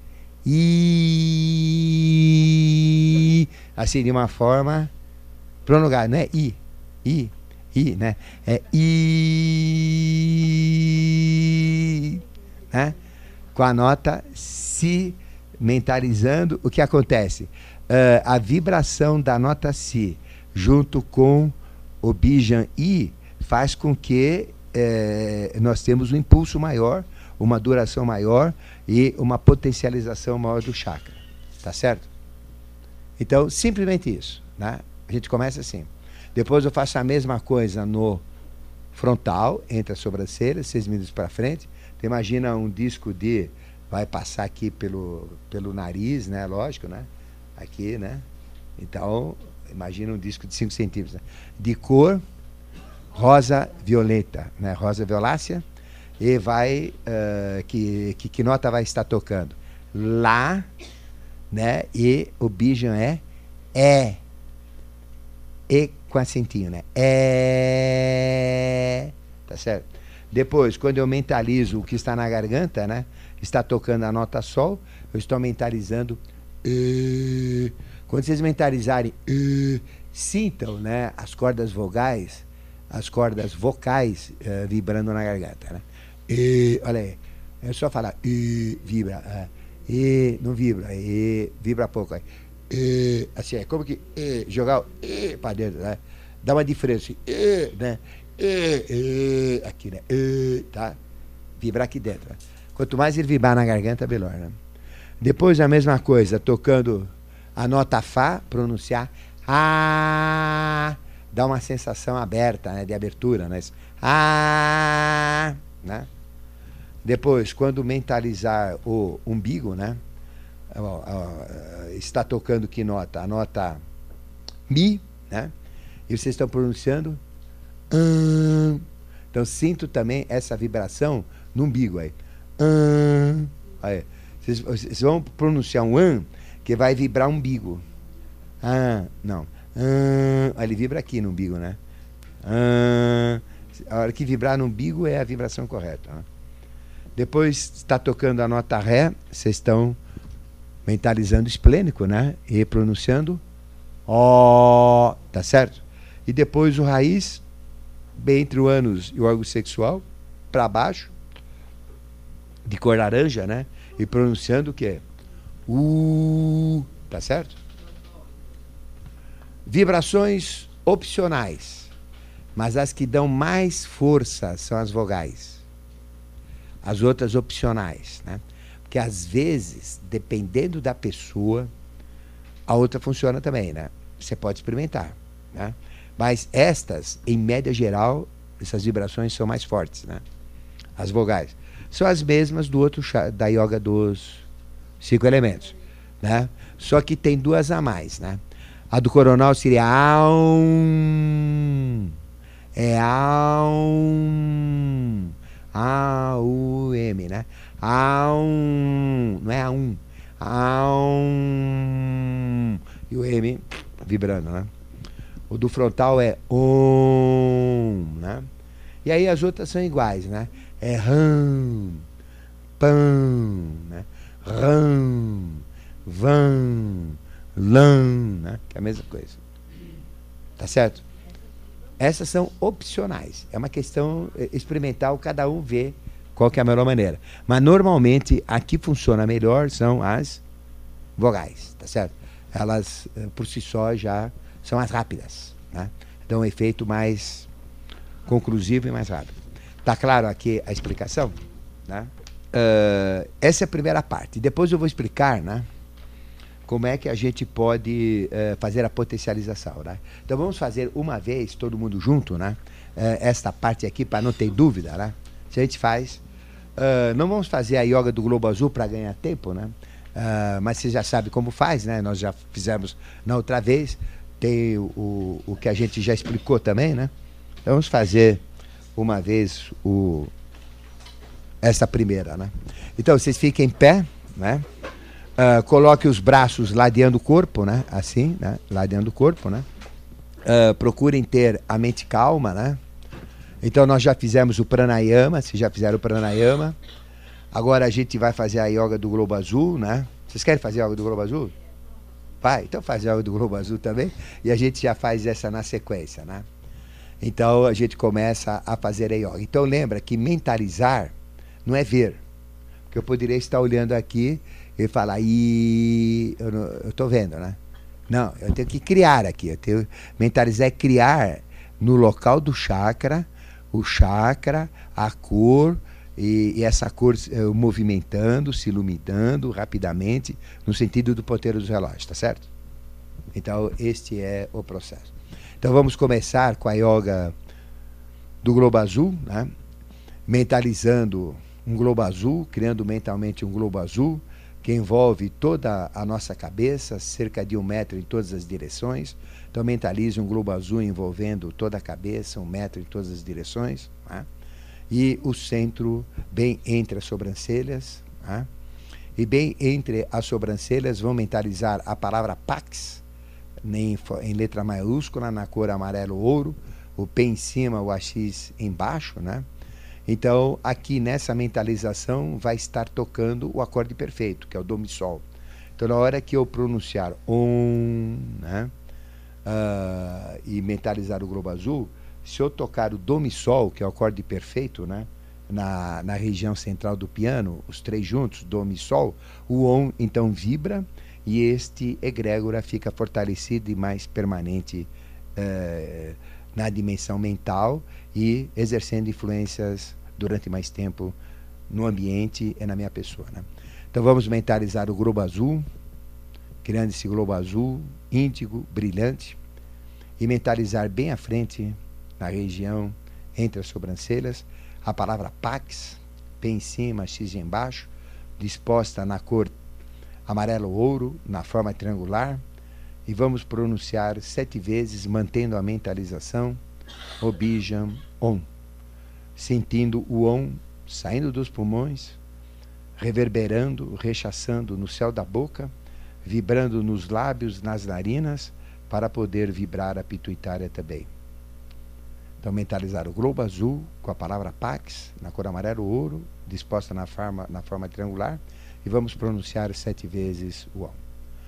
I, assim, de uma forma prolongada, não é I, I, I, né? É I, né? Com a nota Si, mentalizando, o que acontece? Uh, a vibração da nota Si, junto com o bijan I, faz com que eh, nós temos um impulso maior, uma duração maior e uma potencialização maior do chakra. Tá certo? Então, simplesmente isso, né? A gente começa assim. Depois eu faço a mesma coisa no frontal, entre as sobrancelhas, seis minutos para frente. Então, imagina um disco de... Vai passar aqui pelo, pelo nariz, né? Lógico, né? Aqui, né? Então, imagina um disco de cinco centímetros. Né? De cor rosa-violeta, né? Rosa-violácea. E vai... Uh, que, que, que nota vai estar tocando? Lá, né? E o bijan é É. E com acentinho, né? É. Tá certo? Depois, quando eu mentalizo o que está na garganta, né? Está tocando a nota Sol, eu estou mentalizando. E. Quando vocês mentalizarem, e, sintam, né? As cordas vogais, as cordas vocais uh, vibrando na garganta, né? E, olha aí, é só falar. E, vibra. Uh, e, não vibra. E, vibra pouco aí. E, assim, é como que e, jogar o e para dentro, né? Dá uma diferença, e, né? E, e, aqui, né? E, tá? Vibrar aqui dentro. Né? Quanto mais ele vibrar na garganta, melhor, né? Depois a mesma coisa, tocando a nota Fá, pronunciar A, dá uma sensação aberta, né? De abertura, né? A, né? Depois, quando mentalizar o umbigo, né? Está tocando que nota? A nota Mi, né? E vocês estão pronunciando hum. Então sinto também essa vibração no umbigo aí. Hum. Aí. Vocês, vocês vão pronunciar um an que vai vibrar o umbigo. Ah, não. Hum, ele vibra aqui no umbigo, né? Hum, a hora que vibrar no umbigo é a vibração correta. Né? Depois está tocando a nota Ré, vocês estão mentalizando esplênico, né? E pronunciando Ó, tá certo? E depois o raiz, bem entre o ânus e o órgão sexual, para baixo, de cor laranja, né? E pronunciando o quê? Uh, tá certo? Vibrações opcionais, mas as que dão mais força são as vogais. As outras opcionais, né? Porque às vezes, dependendo da pessoa, a outra funciona também, né? Você pode experimentar, né? Mas estas, em média geral, essas vibrações são mais fortes, né? As vogais são as mesmas do outro chá, da yoga dos cinco elementos, né? Só que tem duas a mais, né? A do coronal seria Aum, é Aum, A-U-M, né? Aum, não é Aum, Aum, e o M vibrando, né? O do frontal é Om, né? E aí as outras são iguais, né? É Ram, Pam, né? Ram, Vam, Lam, né? Que é a mesma coisa. Tá certo? Essas são opcionais. É uma questão experimental, cada um vê qual que é a melhor maneira. Mas normalmente a que funciona melhor são as vogais, tá certo? Elas por si só já são as rápidas, né? Dão um efeito mais conclusivo e mais rápido. Tá claro aqui a explicação, né? Uh, essa é a primeira parte. Depois eu vou explicar, né, como é que a gente pode uh, fazer a potencialização, né? Então vamos fazer uma vez, todo mundo junto, né? Uh, esta parte aqui, para não ter dúvida, né? Se a gente faz, uh, não vamos fazer a yoga do globo azul para ganhar tempo, né? Uh, mas você já sabe como faz, né? Nós já fizemos na outra vez, tem o, o, o que a gente já explicou também, né? Então vamos fazer uma vez o, essa primeira, né? Então vocês fiquem em pé, né? Uh, coloque os braços ladeando o corpo, né? Assim, né? Ladeando o corpo, né? Uh, procurem ter a mente calma, né? Então nós já fizemos o pranayama, se já fizeram o pranayama. Agora a gente vai fazer a yoga do globo azul, né? Vocês querem fazer a yoga do globo azul? Vai, então faz a yoga do globo azul também. E a gente já faz essa na sequência, né? Então a gente começa a fazer a yoga. Então lembra que mentalizar não é ver. Porque eu poderia estar olhando aqui e falar, e eu estou vendo, né? Não, eu tenho que criar aqui. Eu tenho, mentalizar é criar no local do chakra, o chakra, a cor, e, e essa cor uh, movimentando, se iluminando rapidamente, no sentido do ponteiro dos relógios, tá certo? Então, este é o processo. Então, vamos começar com a yoga do globo azul, né? Mentalizando um globo azul, criando mentalmente um globo azul, que envolve toda a nossa cabeça, cerca de um metro em todas as direções. Então, mentalize um globo azul envolvendo toda a cabeça, um metro em todas as direções, né? E o centro bem entre as sobrancelhas, né? E bem entre as sobrancelhas, vão mentalizar a palavra Pax, em, em letra maiúscula, na cor amarelo-ouro, o P em cima, o A X embaixo, né? Então, aqui nessa mentalização vai estar tocando o acorde perfeito, que é o Dó Mi Sol. Então, na hora que eu pronunciar Om, né, uh, e mentalizar o globo azul, se eu tocar o Dó Mi Sol, que é o acorde perfeito, né, na, na região central do piano, os três juntos, Dó Mi Sol, o Om então vibra e este egrégora fica fortalecido e mais permanente uh, na dimensão mental e exercendo influências durante mais tempo no ambiente e na minha pessoa, né? Então vamos mentalizar o globo azul, criando esse globo azul índigo, brilhante, e mentalizar bem à frente, na região entre as sobrancelhas, a palavra Pax, P em cima, X embaixo, disposta na cor amarelo-ouro, na forma triangular, e vamos pronunciar sete vezes, mantendo a mentalização, Obijam Om, sentindo o Om saindo dos pulmões, reverberando, rechaçando no céu da boca, vibrando nos lábios, nas narinas, para poder vibrar a pituitária também. Então, mentalizar o globo azul com a palavra Pax, na cor amarelo ouro, disposta na forma, na forma triangular, e vamos pronunciar sete vezes o Om.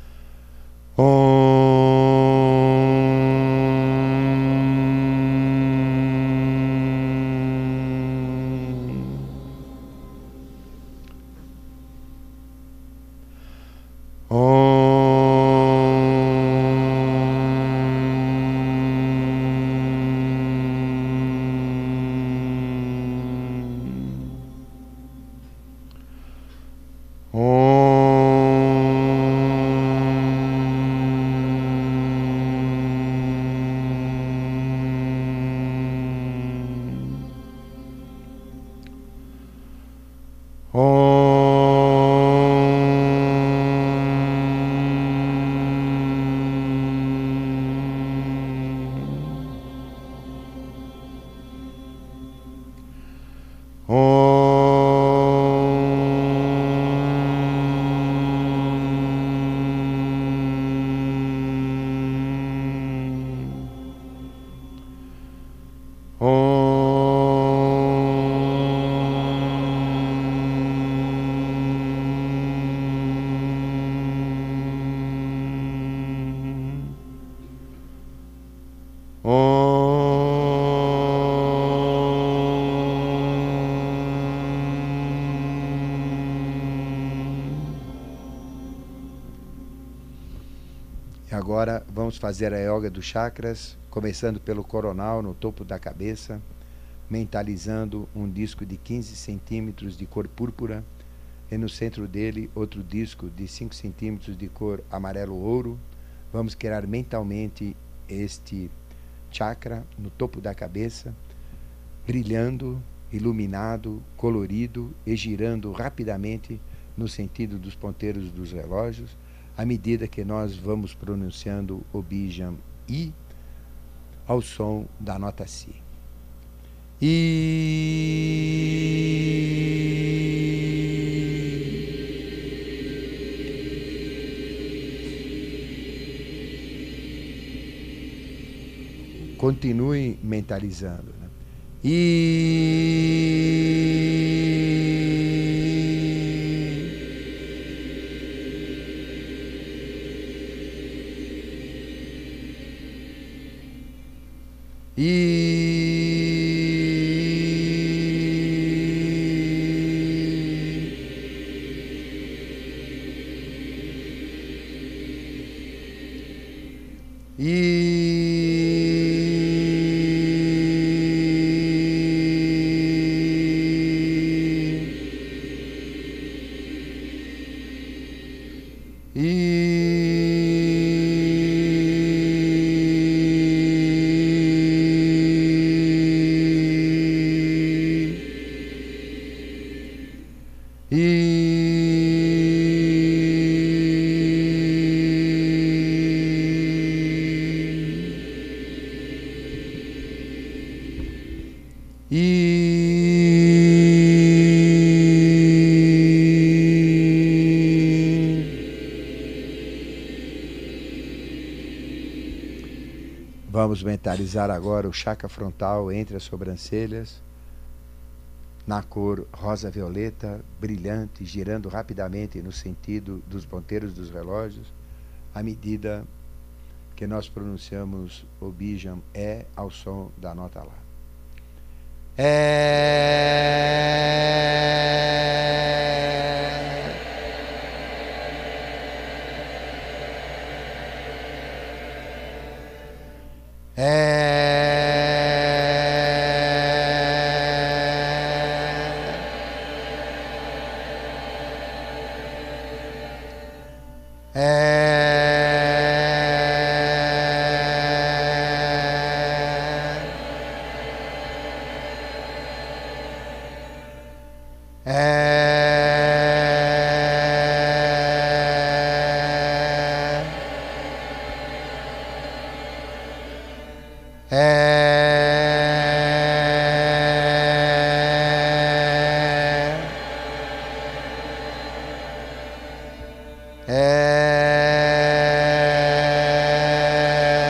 Agora vamos fazer a yoga dos chakras, começando pelo coronal, no topo da cabeça, mentalizando um disco de quinze centímetros de cor púrpura e no centro dele outro disco de cinco centímetros de cor amarelo-ouro. Vamos criar mentalmente este chakra no topo da cabeça, brilhando, iluminado, colorido e girando rapidamente no sentido dos ponteiros dos relógios, à medida que nós vamos pronunciando o Bijam I ao som da nota Si. I. Continue mentalizando, né? I. Vamos mentalizar agora o chakra frontal entre as sobrancelhas, na cor rosa-violeta, brilhante, girando rapidamente no sentido dos ponteiros dos relógios, à medida que nós pronunciamos o Bijam E ao som da nota Lá. É... É...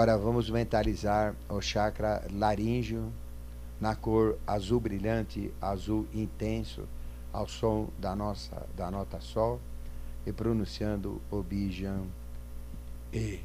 Agora vamos mentalizar o chakra laríngeo na cor azul brilhante, azul intenso, ao som da nossa da nota Sol e pronunciando o Bijam E.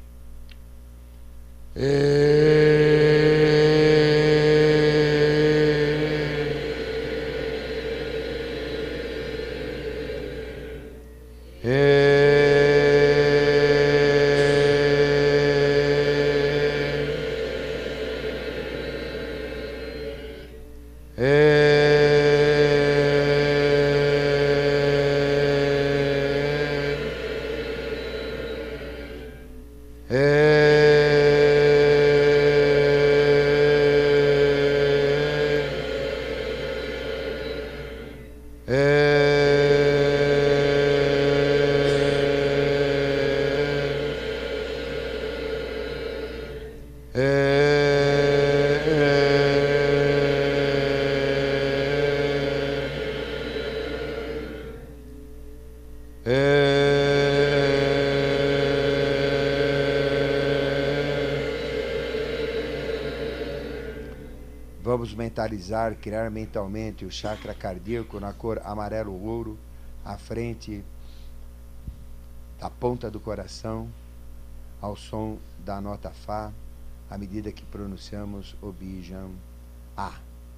Vamos mentalizar, criar mentalmente o chakra cardíaco na cor amarelo-ouro, à frente da ponta do coração, ao som da nota Fá, à medida que pronunciamos o Bijam A.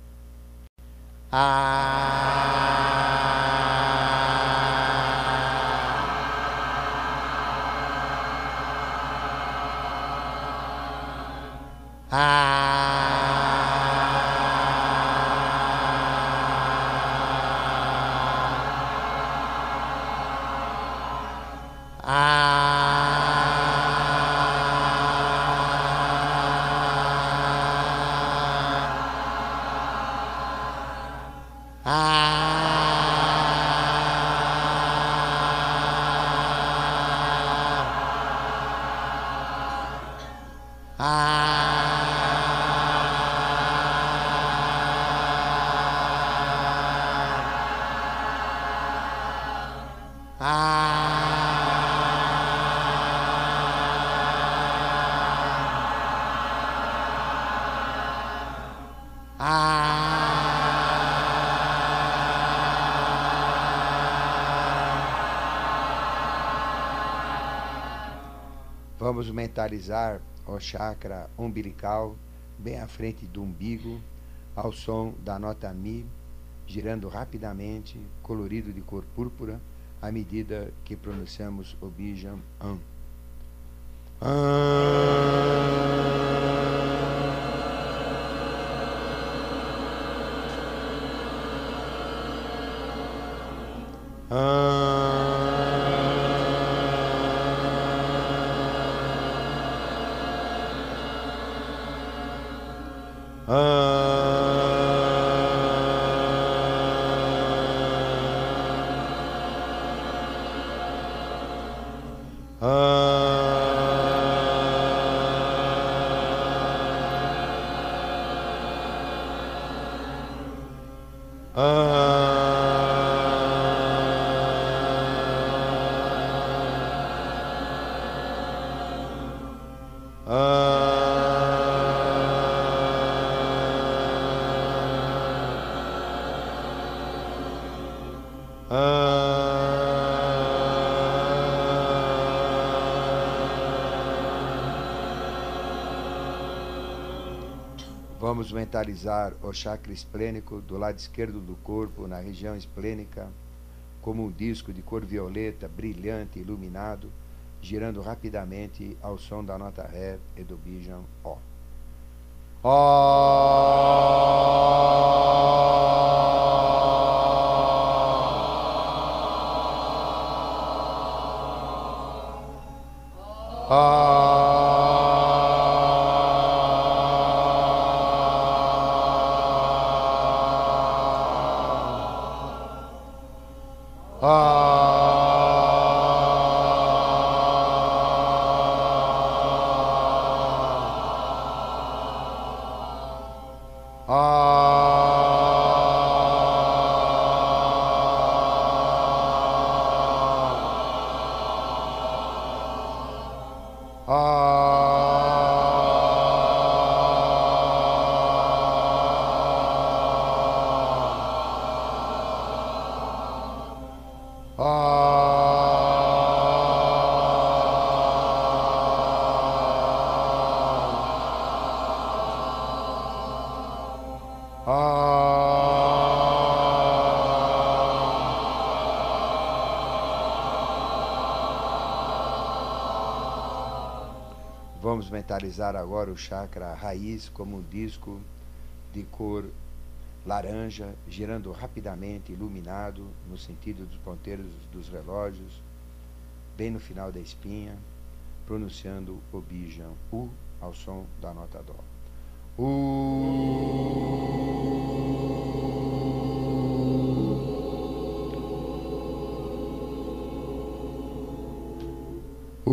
A. A. Vamos mentalizar o chakra umbilical bem à frente do umbigo, ao som da nota Mi, girando rapidamente, colorido de cor púrpura, à medida que pronunciamos o Bijam Am. Vamos mentalizar o chakra esplênico do lado esquerdo do corpo, na região esplênica, como um disco de cor violeta, brilhante, iluminado, girando rapidamente ao som da nota Ré e do Bijam O. Ah Vamos mentalizar agora o chakra raiz como um disco de cor laranja, girando rapidamente, iluminado no sentido dos ponteiros dos relógios, bem no final da espinha, pronunciando o bijam U ao som da nota Dó. U.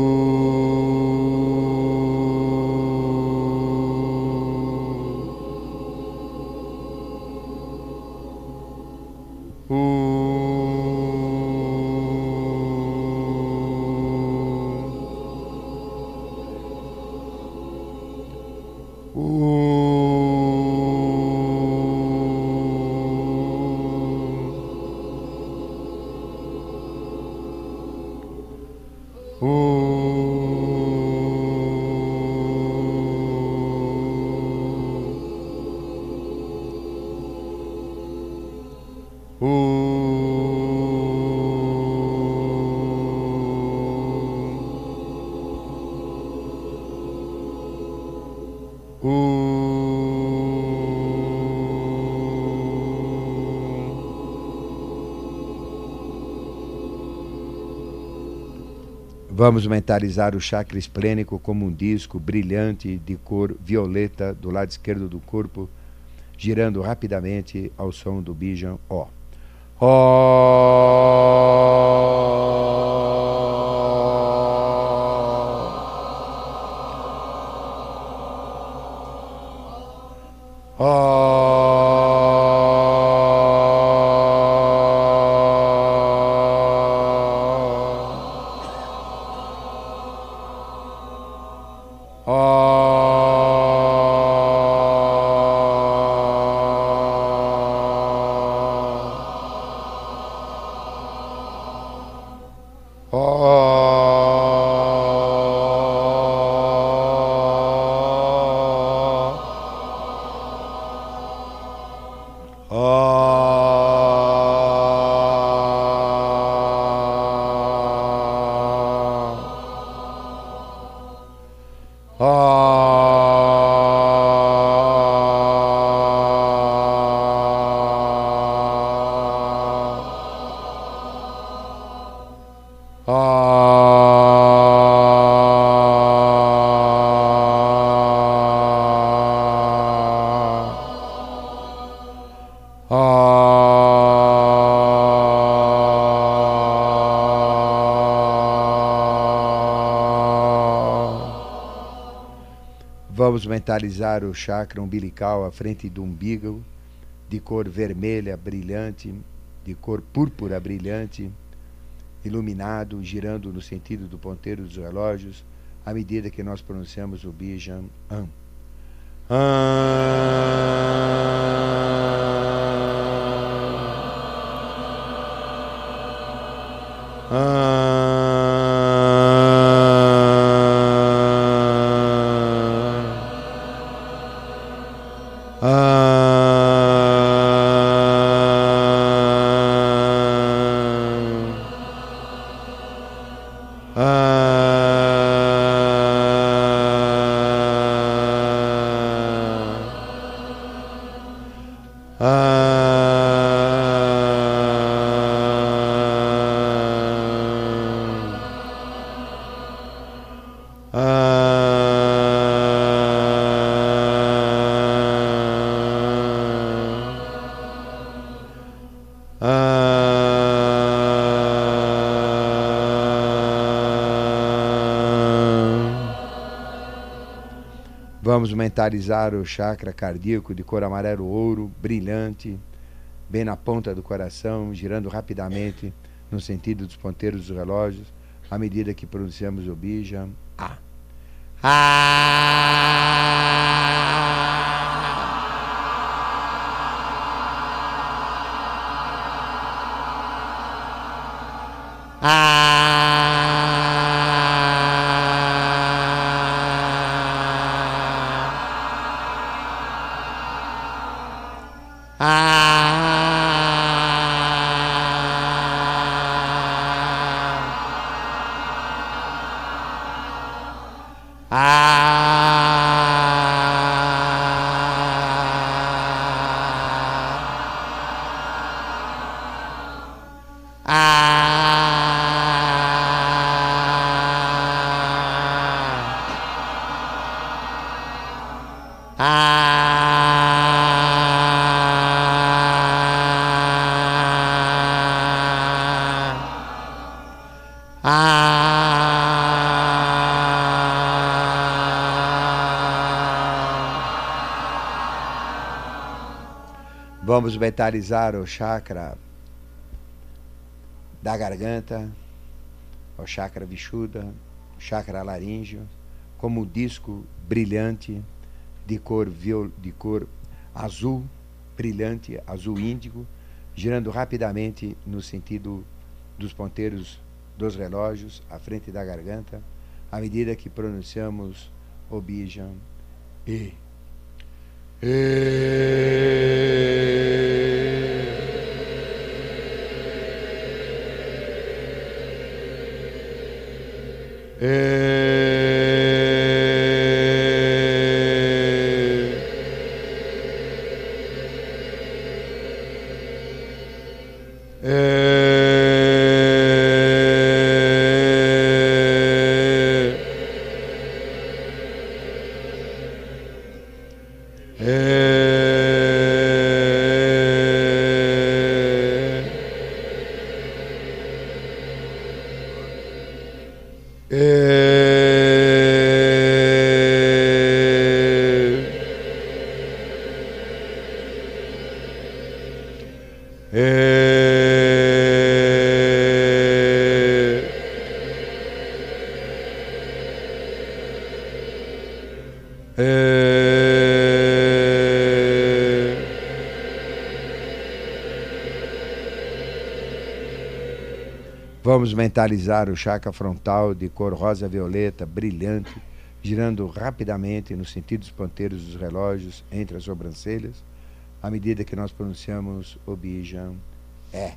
Vamos mentalizar o chakra esplênico como um disco brilhante de cor violeta do lado esquerdo do corpo, girando rapidamente ao som do bijam O. O. Vamos mentalizar o chakra umbilical à frente do umbigo, de cor vermelha brilhante, de cor púrpura brilhante, iluminado, girando no sentido do ponteiro dos relógios, à medida que nós pronunciamos o bijam Am. Vamos mentalizar o chakra cardíaco de cor amarelo-ouro, brilhante, bem na ponta do coração, girando rapidamente no sentido dos ponteiros dos relógios, à medida que pronunciamos o bijam A. Vamos mentalizar o chakra da garganta, o chakra vishuddha, o chakra laríngeo, como um disco brilhante de cor, viol, de cor azul, brilhante, azul índigo, girando rapidamente no sentido dos ponteiros dos relógios, à frente da garganta, à medida que pronunciamos o Bijam E. Vamos mentalizar o chakra frontal de cor rosa-violeta, brilhante, girando rapidamente no sentido dos ponteiros dos relógios entre as sobrancelhas, à medida que nós pronunciamos o Bijam É.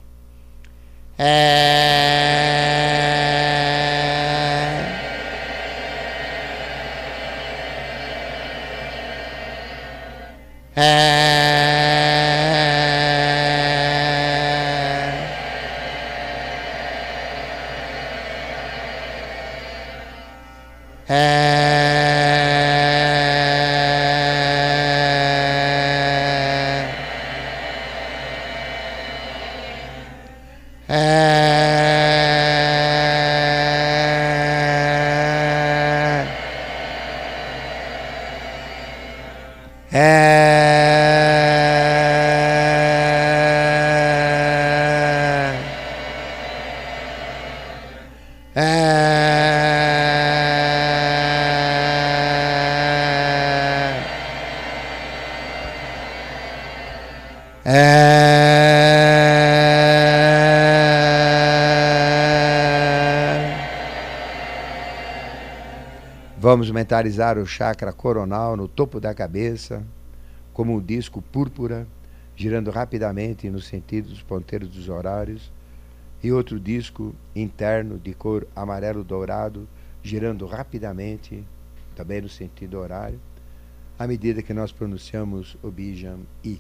Vamos mentalizar o chakra coronal no topo da cabeça, como um disco púrpura, girando rapidamente no sentido dos ponteiros dos horários, e outro disco interno de cor amarelo-dourado, girando rapidamente, também no sentido horário, à medida que nós pronunciamos o Bijam I.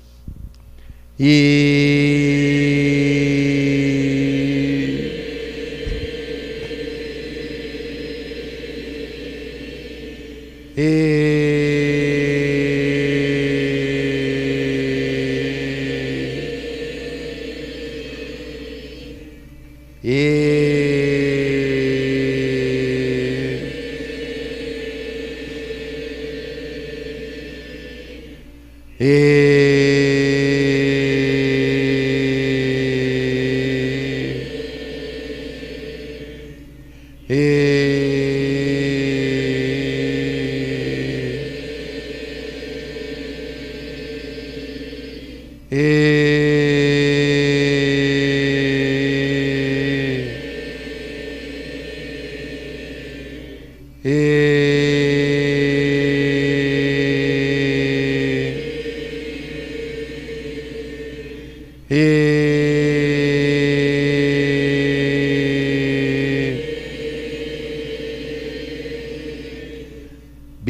I.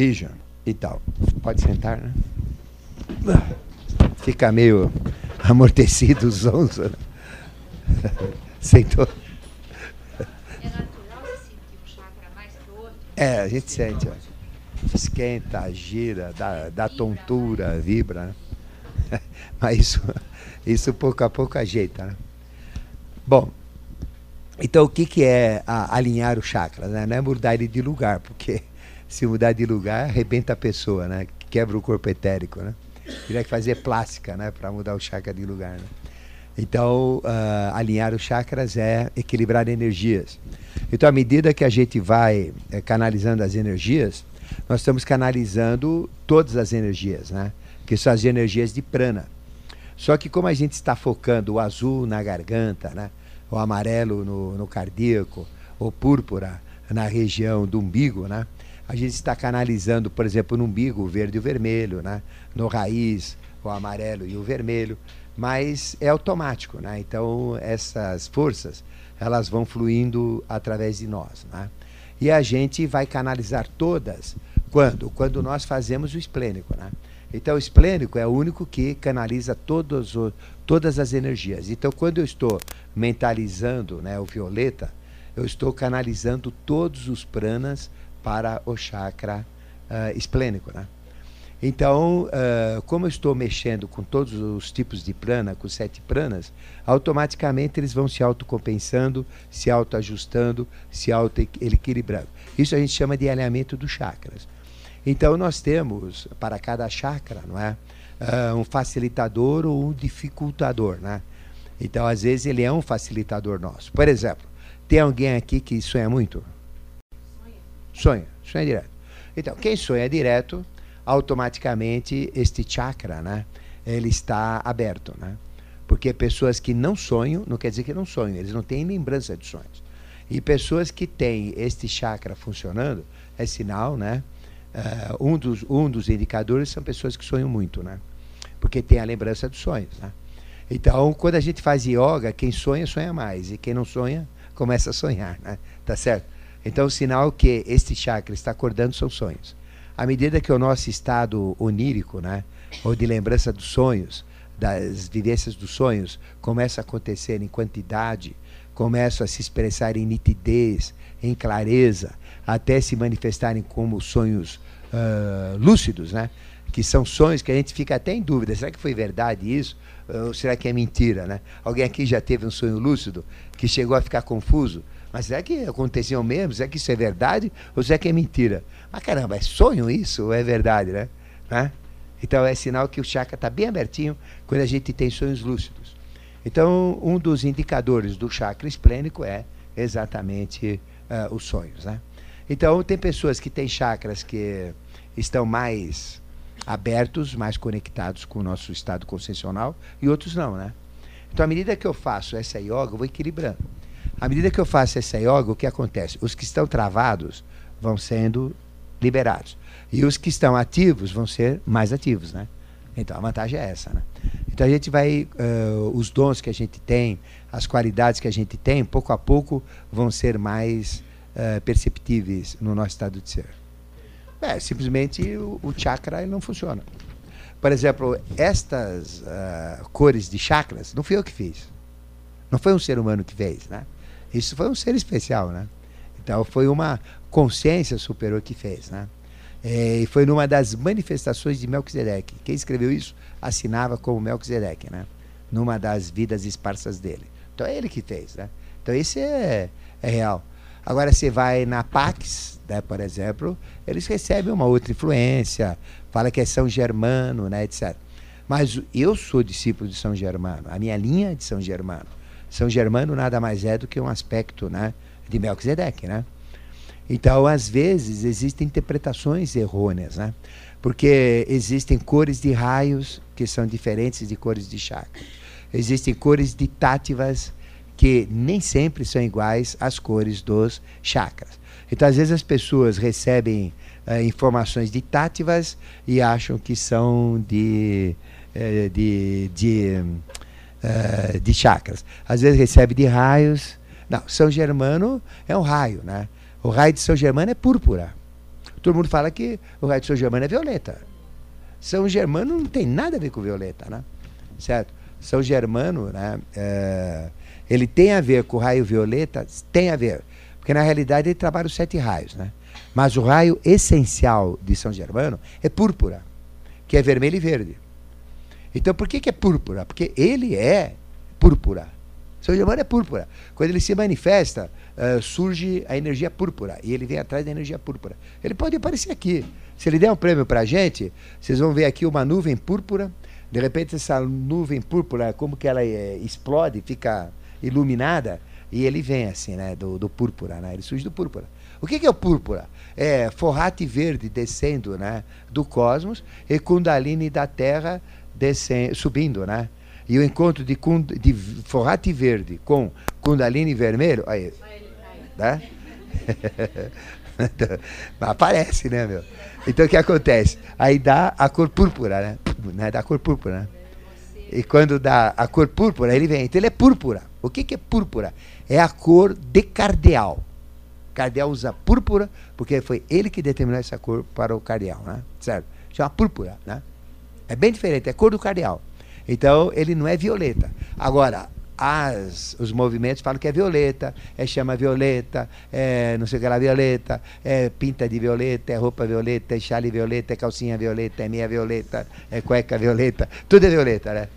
Bijan e tal. Pode sentar, né? Fica meio amortecido os sons. Né? Sentou. É natural você sentir um chakra mais que o outro? É, a gente sente. Ó. Esquenta, gira, dá, dá tontura, vibra. Né? Mas isso, isso pouco a pouco ajeita. Né? Bom, então o que, que é a, alinhar o chakra? Né? Não é mudar ele de lugar, porque se mudar de lugar, arrebenta a pessoa, né? Quebra o corpo etérico. Né? Teria que fazer plástica, né? Para mudar o chakra de lugar. Né? Então, uh, alinhar os chakras é equilibrar energias. Então, à medida que a gente vai é, canalizando as energias, nós estamos canalizando todas as energias, né? Que são as energias de prana. Só que como a gente está focando o azul na garganta, né? O amarelo no, no cardíaco, o púrpura na região do umbigo, né? A gente está canalizando, por exemplo, no umbigo o verde e o vermelho, né? No raiz o amarelo e o vermelho, mas é automático, né? Então essas forças elas vão fluindo através de nós, né? E a gente vai canalizar todas quando? Quando nós fazemos o esplênico, né? Então o esplênico é o único que canaliza todos o, todas as energias. Então quando eu estou mentalizando, né, o violeta, eu estou canalizando todos os pranas para o chakra uh, esplênico, né? Então, uh, como eu estou mexendo com todos os tipos de prana, com sete pranas, automaticamente eles vão se autocompensando, se autoajustando, se auto-equilibrando. Isso a gente chama de alinhamento dos chakras. Então, nós temos, para cada chakra, não é? Uh, um facilitador ou um dificultador, né? Então, às vezes, ele é um facilitador nosso. Por exemplo, tem alguém aqui que sonha muito? Sonha. Sonha, sonha direto. Então, quem sonha direto, automaticamente este chakra, né, ele está aberto, né? Porque pessoas que não sonham, não quer dizer que não sonham, eles não têm lembrança de sonhos. E pessoas que têm este chakra funcionando, é sinal, né? Uh, um, dos, um dos indicadores são pessoas que sonham muito, né? Porque tem a lembrança dos sonhos, né? Então, quando a gente faz yoga, quem sonha, sonha mais. E quem não sonha, começa a sonhar, né? Tá certo? Então, o sinal que este chakra está acordando são sonhos. À medida que o nosso estado onírico, né, ou de lembrança dos sonhos, das vivências dos sonhos, começa a acontecer em quantidade, começa a se expressar em nitidez, em clareza, até se manifestarem como sonhos uh, lúcidos, né, que são sonhos que a gente fica até em dúvida, será que foi verdade isso? Ou será que é mentira? Né? Alguém aqui já teve um sonho lúcido que chegou a ficar confuso? Mas será que aconteceu mesmo? Será que isso é verdade? Ou será que é mentira? Mas caramba, é sonho isso ou é verdade, né? né? Então é sinal que o chakra está bem abertinho quando a gente tem sonhos lúcidos. Então um dos indicadores do chakra esplênico é exatamente uh, os sonhos, né? Então tem pessoas que têm chakras que estão mais abertos, mais conectados com o nosso estado consciencial e outros não, né? Então à medida que eu faço essa yoga, eu vou equilibrando. À medida que eu faço essa yoga, o que acontece? Os que estão travados vão sendo liberados. E os que estão ativos vão ser mais ativos, né? Então, a vantagem é essa, né? Então, a gente vai... Uh, os dons que a gente tem, as qualidades que a gente tem, pouco a pouco, vão ser mais uh, perceptíveis no nosso estado de ser. É, simplesmente, o, o chakra ele não funciona. Por exemplo, estas uh, cores de chakras, não fui eu que fiz. Não foi um ser humano que fez, né? Isso foi um ser especial, né? Então foi uma consciência superior que fez, né? E foi numa das manifestações de Melquisedeque. Quem escreveu isso assinava como Melquisedeque, né? Numa das vidas esparsas dele. Então é ele que fez, né? Então isso é, é real. Agora você vai na Pax, né, por exemplo, eles recebem uma outra influência, fala que é São Germano, né, etcétera. Mas eu sou discípulo de São Germano, a minha linha é de São Germano. São Germano nada mais é do que um aspecto, né, de Melquisedeque, né? Então, às vezes, existem interpretações errôneas, né? Porque existem cores de raios que são diferentes de cores de chakra. Existem cores de táttivas que nem sempre são iguais às cores dos chakras. Então, às vezes, as pessoas recebem uh, informações de táttivas e acham que são de... Uh, de, de Uh, de chakras. Às vezes recebe de raios. Não, São Germano é um raio, né? O raio de São Germano é púrpura. Todo mundo fala que o raio de São Germano é violeta. São Germano não tem nada a ver com violeta, né? Certo? São Germano, né? É, ele tem a ver com o raio violeta, tem a ver. Porque na realidade ele trabalha os sete raios, né? Mas o raio essencial de São Germano é púrpura, que é vermelho e verde. Então por que que é púrpura? Porque ele é púrpura. São Germano é púrpura. Quando ele se manifesta, uh, surge a energia púrpura. E ele vem atrás da energia púrpura. Ele pode aparecer aqui. Se ele der um prêmio para a gente, vocês vão ver aqui uma nuvem púrpura. De repente essa nuvem púrpura, como que ela é, explode, fica iluminada. E ele vem assim, né, do, do púrpura. Né? Ele surge do púrpura. O que que é o púrpura? É forrate verde descendo, né, do cosmos e Kundalini da Terra descendo, subindo, né? E o encontro de, de forrate verde com Kundalini vermelho, aí, né? Aparece, né, meu? Então o que acontece? Aí dá a cor púrpura, né? né? Dá a cor púrpura, né? E quando dá a cor púrpura, ele vem. Então ele é púrpura. O que que é púrpura? É a cor de cardeal. Cardeal usa púrpura porque foi ele que determinou essa cor para o cardeal, né? Certo? Chama púrpura, né? É bem diferente, é cor do cardeal. Então, ele não é violeta. Agora, as, os movimentos falam que é violeta, é chama violeta, é não sei o que lá violeta, é pinta de violeta, é roupa violeta, é chale violeta, é calcinha violeta, é meia violeta, é cueca violeta, tudo é violeta, né?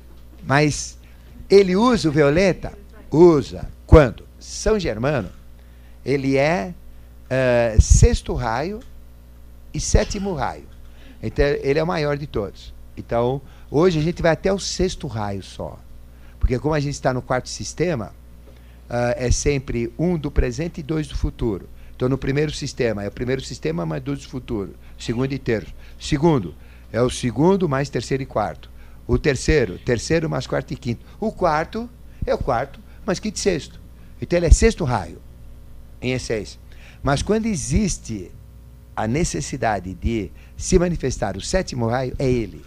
Mas ele usa o violeta? Usa. Quando? São Germano, ele é uh, sexto raio e sétimo raio. Então, ele é o maior de todos. Então, hoje a gente vai até o sexto raio só. Porque como a gente está no quarto sistema, uh, é sempre um do presente e dois do futuro. Então, no primeiro sistema, é o primeiro sistema mais dois do futuro. Segundo e terço. Segundo, é o segundo mais terceiro e quarto. O terceiro, terceiro mais quarto e quinto. O quarto é o quarto mais quinto e sexto. Então, ele é sexto raio, em essência. Mas quando existe a necessidade de se manifestar o sétimo raio, é ele.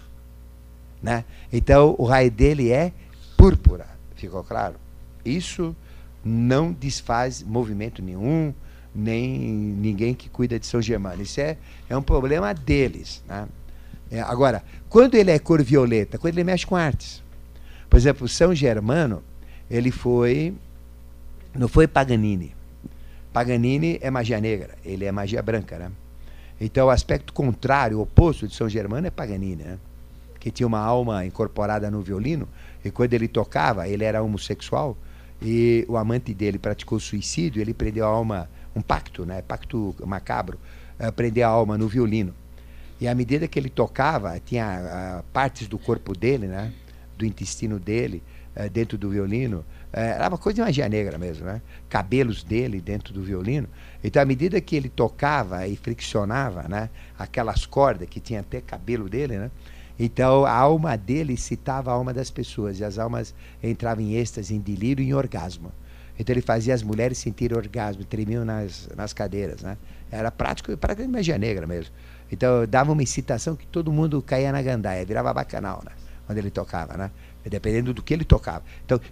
Né? Então, o raio dele é púrpura. Ficou claro? Isso não desfaz movimento nenhum, nem ninguém que cuida de São Germano. Isso é, é um problema deles. Né? É, agora, quando ele é cor violeta, quando ele mexe com artes. Por exemplo, São Germano, ele foi... Não foi Paganini. Paganini é magia negra, ele é magia branca, né? Então, o aspecto contrário, o oposto de São Germano é Paganini, né? Que tinha uma alma incorporada no violino, e quando ele tocava, ele era homossexual, e o amante dele praticou suicídio, ele prendeu a alma, um pacto, né? Pacto macabro, uh, prender a alma no violino. E à medida que ele tocava, tinha uh, partes do corpo dele, né? Do intestino dele, uh, dentro do violino, uh, era uma coisa de magia negra mesmo, né? Cabelos dele dentro do violino. Então, à medida que ele tocava e friccionava, né, aquelas cordas que tinha até cabelo dele, né, então a alma dele citava a alma das pessoas, e as almas entravam em êxtase, em delírio e em orgasmo. Então ele fazia as mulheres sentirem orgasmo, tremiam nas, nas cadeiras. Né? Era prático, prático de magia negra mesmo. Então dava uma excitação que todo mundo caía na gandaia, virava bacanal, né, quando ele tocava, né? Dependendo do que ele tocava. Então,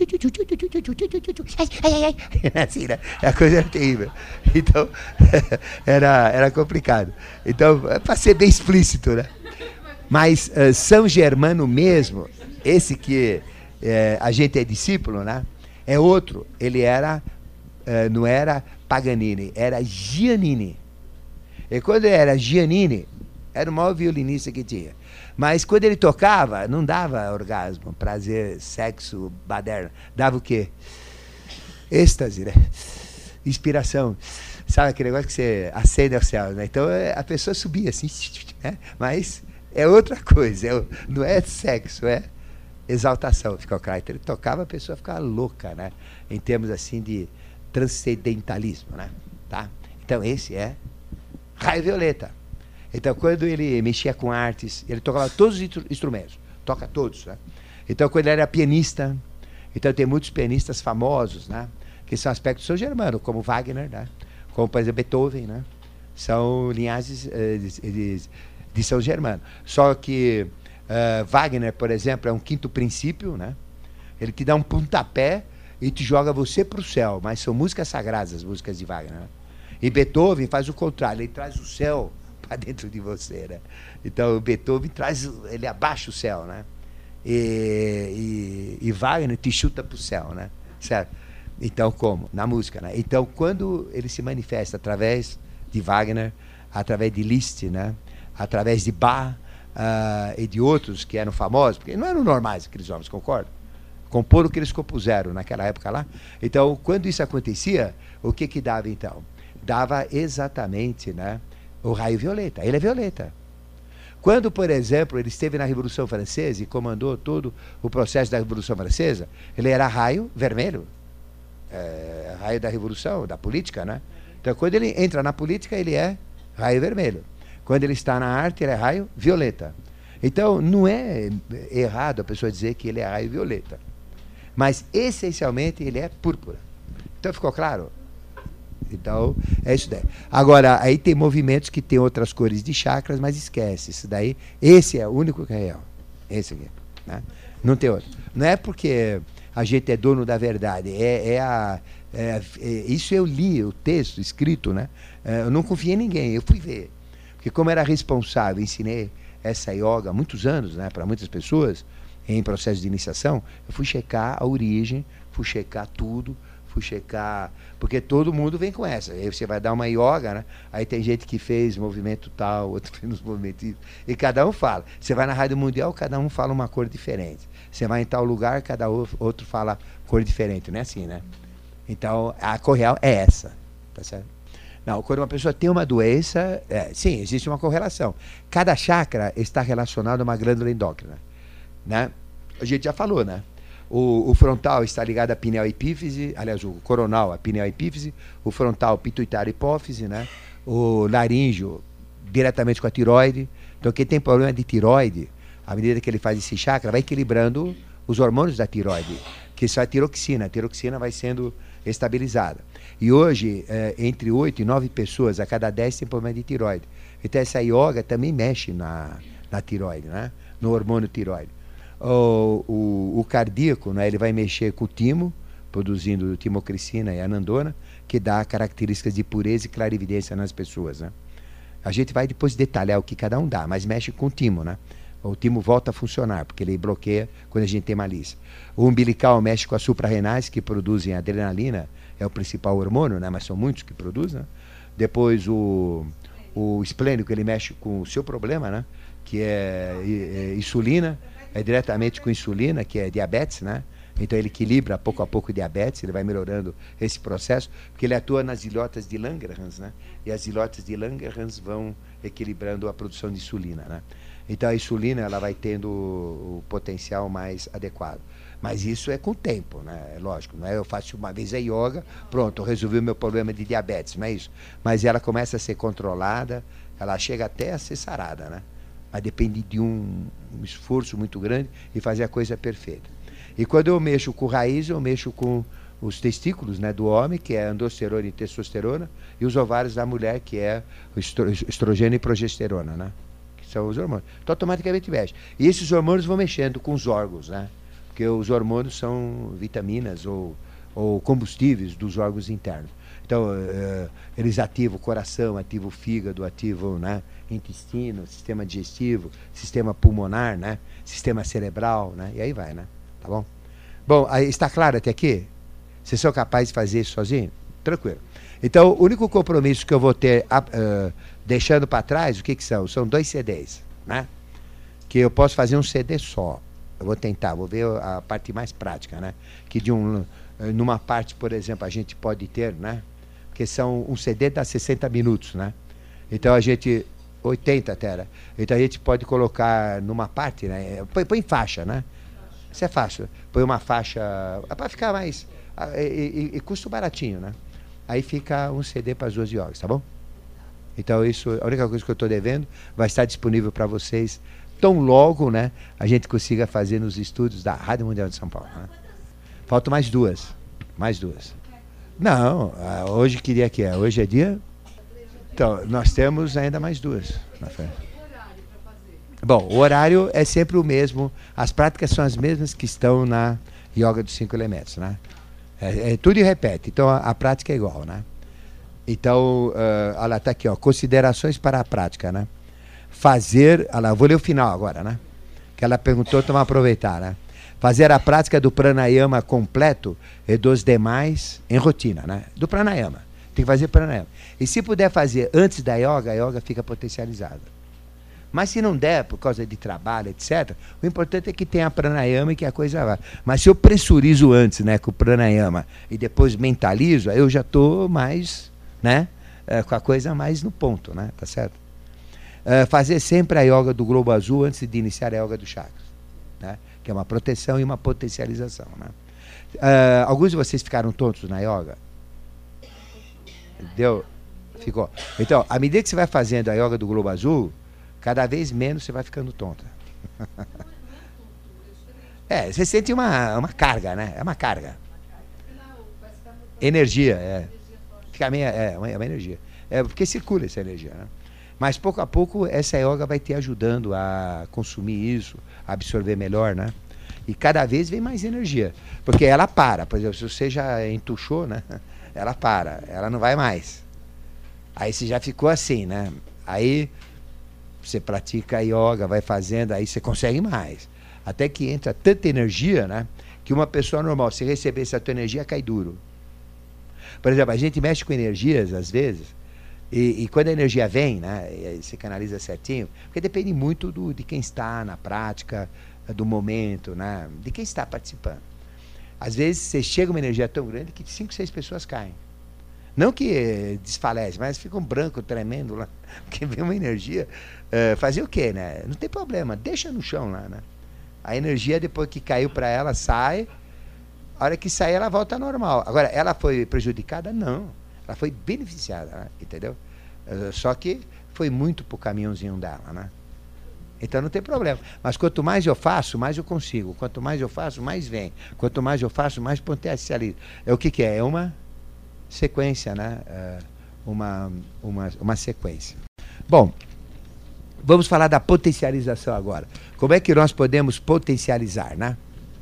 assim, né? A coisa era terrível. Então, era, era complicado. Então, para ser bem explícito, né? Mas uh, São Germano mesmo, esse que uh, a gente é discípulo, né? É outro. Ele era, uh, não era Paganini, era Giannini. E quando ele era Giannini, era o maior violinista que tinha. Mas quando ele tocava, não dava orgasmo, prazer, sexo, baderna. Dava o quê? Êxtase, né? Inspiração. Sabe aquele negócio que você acende ao céu, né? Então a pessoa subia assim, né? Mas é outra coisa. É, não é sexo, é exaltação. Ficou claro. Então ele tocava, a pessoa ficava louca, né? Em termos assim de transcendentalismo, né? Tá? Então esse é raio violeta. Então, quando ele mexia com artes, ele tocava todos os instrumentos, toca todos, né? Então, quando ele era pianista, então tem muitos pianistas famosos, né? Que são aspectos São Germano, como Wagner, né? Como, por exemplo, Beethoven, né? São linhagens uh, de, de, de São Germano. Só que uh, Wagner, por exemplo, é um quinto princípio, né? Ele te dá um pontapé e te joga você para o céu, mas são músicas sagradas, as músicas de Wagner, né? E Beethoven faz o contrário, ele traz o céu para dentro de você, né? Então, o Beethoven traz, ele abaixa o céu, né? E, e, e Wagner te chuta para o céu, né? Certo? Então, como? Na música, né? Então, quando ele se manifesta através de Wagner, através de Liszt, né? Através de Bach uh, e de outros que eram famosos, porque não eram normais aqueles homens, concorda? Comporam o que eles compuseram naquela época lá. Então, quando isso acontecia, o que que dava então? Dava exatamente, né, o raio violeta. Ele é violeta. Quando, por exemplo, ele esteve na Revolução Francesa e comandou todo o processo da Revolução Francesa, ele era raio vermelho. É, raio da Revolução, da política, né? Então, quando ele entra na política, ele é raio vermelho. Quando ele está na arte, ele é raio violeta. Então, não é errado a pessoa dizer que ele é raio violeta. Mas, essencialmente, ele é púrpura. Então, ficou claro? Então, é isso daí. Agora, aí tem movimentos que tem outras cores de chakras, mas esquece. Isso daí, esse é o único que é real. Esse aqui. Né? Não tem outro. Não é porque a gente é dono da verdade. É, é a, é, é, isso eu li, o texto escrito, né? É, eu não confiei em ninguém, eu fui ver. Porque como era responsável, ensinei essa yoga há muitos anos, né, para muitas pessoas, em processo de iniciação, eu fui checar a origem, fui checar tudo, fui checar, porque todo mundo vem com essa. Aí você vai dar uma yoga, né? Aí tem gente que fez movimento tal, outro fez nos movimentos, e cada um fala. Você vai na Rádio Mundial, cada um fala uma cor diferente. Você vai em tal lugar, cada outro fala cor diferente, não é assim, né? Então, a cor real é essa, tá certo? Não, quando uma pessoa tem uma doença, é, sim, existe uma correlação. Cada chakra está relacionado a uma glândula endócrina, né? A gente já falou, né? O, o frontal está ligado à pineal epífise, aliás, o coronal à pineal epífise, o frontal pituitário hipófise, né? O laríngeo diretamente com a tiroide. Então, quem tem problema de tiroide, à medida que ele faz esse chakra, vai equilibrando os hormônios da tiroide, que são a tiroxina. A tiroxina vai sendo estabilizada. E hoje, é, entre oito e nove pessoas a cada dez tem problema de tiroide. Então, essa yoga também mexe na, na tiroide, né? No hormônio tiroide. O, o, o cardíaco, né, ele vai mexer com o timo, produzindo timocricina e anandona, que dá características de pureza e clarividência nas pessoas, né? A gente vai depois detalhar o que cada um dá, mas mexe com o timo, né? O timo volta a funcionar, porque ele bloqueia quando a gente tem malícia. O umbilical mexe com as suprarrenais, que produzem adrenalina, é o principal hormônio, né? Mas são muitos que produzem, né? Depois o, o esplênico, ele mexe com o seu problema, né? Que é, é insulina, é diretamente com insulina, que é diabetes, né? Então ele equilibra pouco a pouco o diabetes, ele vai melhorando esse processo, porque ele atua nas ilhotas de Langerhans, né? E as ilhotas de Langerhans vão equilibrando a produção de insulina, né? Então a insulina, ela vai tendo o, o potencial mais adequado. Mas isso é com o tempo, né? É lógico, não é eu faço uma vez a yoga, pronto, eu resolvi o meu problema de diabetes, não é isso. Mas ela começa a ser controlada, ela chega até a ser sarada, né? Mas depende de um, um esforço muito grande e fazer a coisa perfeita. E quando eu mexo com raiz, eu mexo com os testículos, né, do homem, que é androsterona e testosterona, e os ovários da mulher, que é o estro, estrogênio e progesterona, né? Que são os hormônios. Então, automaticamente mexe. E esses hormônios vão mexendo com os órgãos, né? Porque os hormônios são vitaminas ou, ou combustíveis dos órgãos internos. Então, uh, eles ativam o coração, ativam o fígado, ativam, né, intestino, sistema digestivo, sistema pulmonar, né, sistema cerebral, né, e aí vai, né? Tá bom? Bom, aí está claro até aqui? Vocês são capazes de fazer isso sozinho? Tranquilo. Então, o único compromisso que eu vou ter uh, deixando para trás, o que que são? São dois C Ds, né? Que eu posso fazer um C D só. Eu vou tentar, vou ver a parte mais prática, né? Que de um, numa parte, por exemplo, a gente pode ter, né? Porque são um C D dá sessenta minutos, né? Então a gente, oitenta até, né? Então a gente pode colocar numa parte, né? Põe, põe em faixa, né? Isso é fácil. Põe uma faixa, para ficar mais, e, e, e custo baratinho, né? Aí fica um C D para as duas yogas, tá bom? Então isso, a única coisa que eu estou devendo vai estar disponível para vocês tão logo, né, a gente consiga fazer nos estúdios da Rádio Mundial de São Paulo, né? Faltam mais duas. Mais duas. Não, hoje queria que é. Hoje é dia? Então, nós temos ainda mais duas na frente. Bom, o horário é sempre o mesmo. As práticas são as mesmas que estão na Yoga dos Cinco Elementos, né? É, é tudo e repete. Então, a, a prática é igual, né? Então, uh, olha lá, tá aqui, ó, considerações para a prática, né? Fazer, olha lá, eu vou ler o final agora, né? Que ela perguntou, então vamos aproveitar, né? Fazer a prática do pranayama completo e dos demais em rotina, né? Do pranayama. Tem que fazer pranayama. E se puder fazer antes da yoga, a yoga fica potencializada. Mas se não der, por causa de trabalho, etcétera, o importante é que tenha pranayama e que a coisa vá. Mas se eu pressurizo antes, né, com o pranayama, e depois mentalizo, aí eu já estou mais, né, é, com a coisa mais no ponto, né, tá certo? É, fazer sempre a yoga do globo azul antes de iniciar a yoga dos chakras, né, que é uma proteção e uma potencialização, né. É, alguns de vocês ficaram tontos na yoga? Deu? Ficou. Então, à medida que você vai fazendo a yoga do globo azul, cada vez menos você vai ficando tonta. É, você sente uma, uma carga, né? É uma carga. Energia, é. Fica meio, é, uma, é uma energia. É porque circula essa energia, né? Mas pouco a pouco essa yoga vai te ajudando a consumir isso, a absorver melhor, né? E cada vez vem mais energia. Porque ela para, por exemplo, se você já entuchou, né? Ela para, ela não vai mais. Aí você já ficou assim, né? Aí você pratica a yoga, vai fazendo, aí você consegue mais. Até que entra tanta energia, né? Que uma pessoa normal, se receber essa tua energia, cai duro. Por exemplo, a gente mexe com energias, às vezes, e, e quando a energia vem, né? E aí você canaliza certinho, porque depende muito do, de quem está na prática, do momento, né? De quem está participando. Às vezes você chega uma energia tão grande que cinco, seis pessoas caem. Não que desfalece, mas fica um branco tremendo lá. Porque vem uma energia. Uh, fazer o quê, né? Não tem problema, deixa no chão lá, né? A energia, depois que caiu para ela, sai. A hora que sair, ela volta ao normal. Agora, ela foi prejudicada? Não. Ela foi beneficiada, né? Entendeu? Uh, só que foi muito pro caminhãozinho dela, né? Então não tem problema. Mas quanto mais eu faço, mais eu consigo. Quanto mais eu faço, mais vem. Quanto mais eu faço, mais potencializo. É o que, que é? É uma sequência, né? Uh, uma, uma, uma sequência. Bom, vamos falar da potencialização agora. Como é que nós podemos potencializar, né?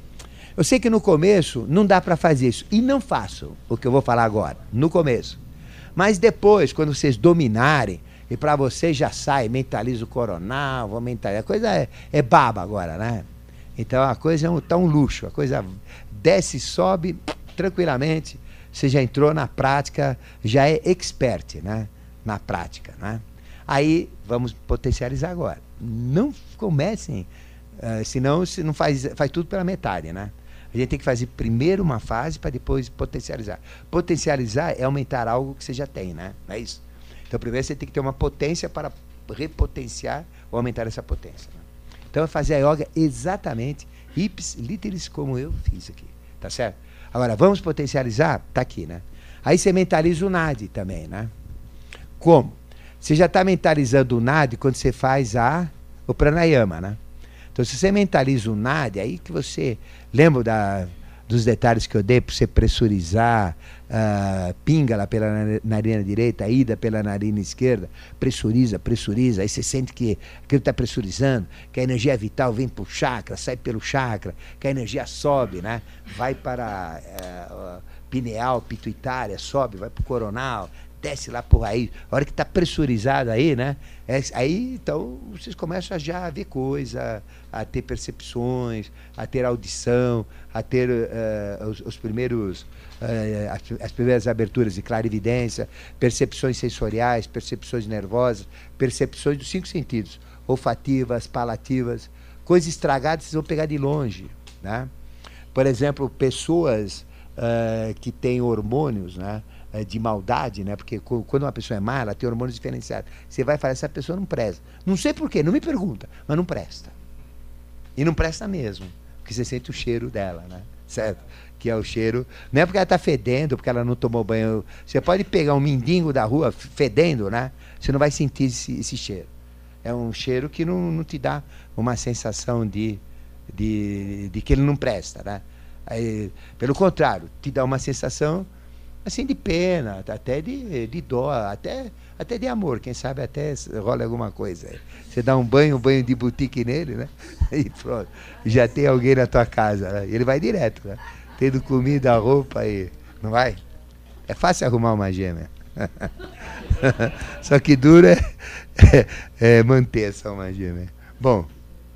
Eu sei que no começo não dá para fazer isso. E não faço o que eu vou falar agora, no começo. Mas depois, quando vocês dominarem, e para vocês já sai, mentaliza o coronal, vou mentalizar. A coisa é, é baba agora, né? Então a coisa é um, tá um luxo. A coisa desce e sobe tranquilamente. Você já entrou na prática, já é expert, né? Na prática, né? Aí, vamos potencializar agora. Não comecem, uh, senão se não faz, faz tudo pela metade, né? A gente tem que fazer primeiro uma fase para depois potencializar. Potencializar é aumentar algo que você já tem, né? Não é isso? Então, primeiro você tem que ter uma potência para repotenciar ou aumentar essa potência, né? Então, é fazer a yoga exatamente, hips, literis, como eu fiz aqui, tá certo? Agora, vamos potencializar? Tá aqui, né? Aí você mentaliza o nadi também, né? Como? Você já está mentalizando o nadi quando você faz a, o pranayama, né? Então, se você mentaliza o nadi, aí que você lembra da, dos detalhes que eu dei para você pressurizar, uh, pingala pela narina direita, ida pela narina esquerda, pressuriza, pressuriza, aí você sente que aquilo está pressurizando, que a energia vital vem para o chakra, sai pelo chakra, que a energia sobe, né? Vai para uh, pineal, pituitária, sobe, vai para o coronal, desce lá por raiz. A hora que está pressurizado aí, né? É, aí, então, vocês começam a já ver coisa, a ter percepções, a ter audição, a ter uh, os, os primeiros, uh, as, as primeiras aberturas de clarividência, percepções sensoriais, percepções nervosas, percepções dos cinco sentidos, olfativas, palativas, coisas estragadas vocês vão pegar de longe, né? Por exemplo, pessoas uh, que têm hormônios, né? De maldade, né? Porque quando uma pessoa é má, ela tem hormônios diferenciados. Você vai falar, essa pessoa não presta. Não sei porquê, não me pergunta, mas não presta. E não presta mesmo, porque você sente o cheiro dela, né? Certo? Que é o cheiro, não é porque ela está fedendo, porque ela não tomou banho. Você pode pegar um mendigo da rua fedendo, né? Você não vai sentir esse, esse cheiro. É um cheiro que não, não te dá uma sensação de, de, de que ele não presta, né? Aí, pelo contrário, te dá uma sensação assim de pena, até de, de dó, até, até de amor, quem sabe até rola alguma coisa. Você dá um banho, um banho de boutique nele, né? E pronto, já tem alguém na tua casa, né? Ele vai direto, né? Tendo comida, roupa e... Não vai? É fácil arrumar uma gêmea. Só que duro é, é, é manter essa magia, né? Bom,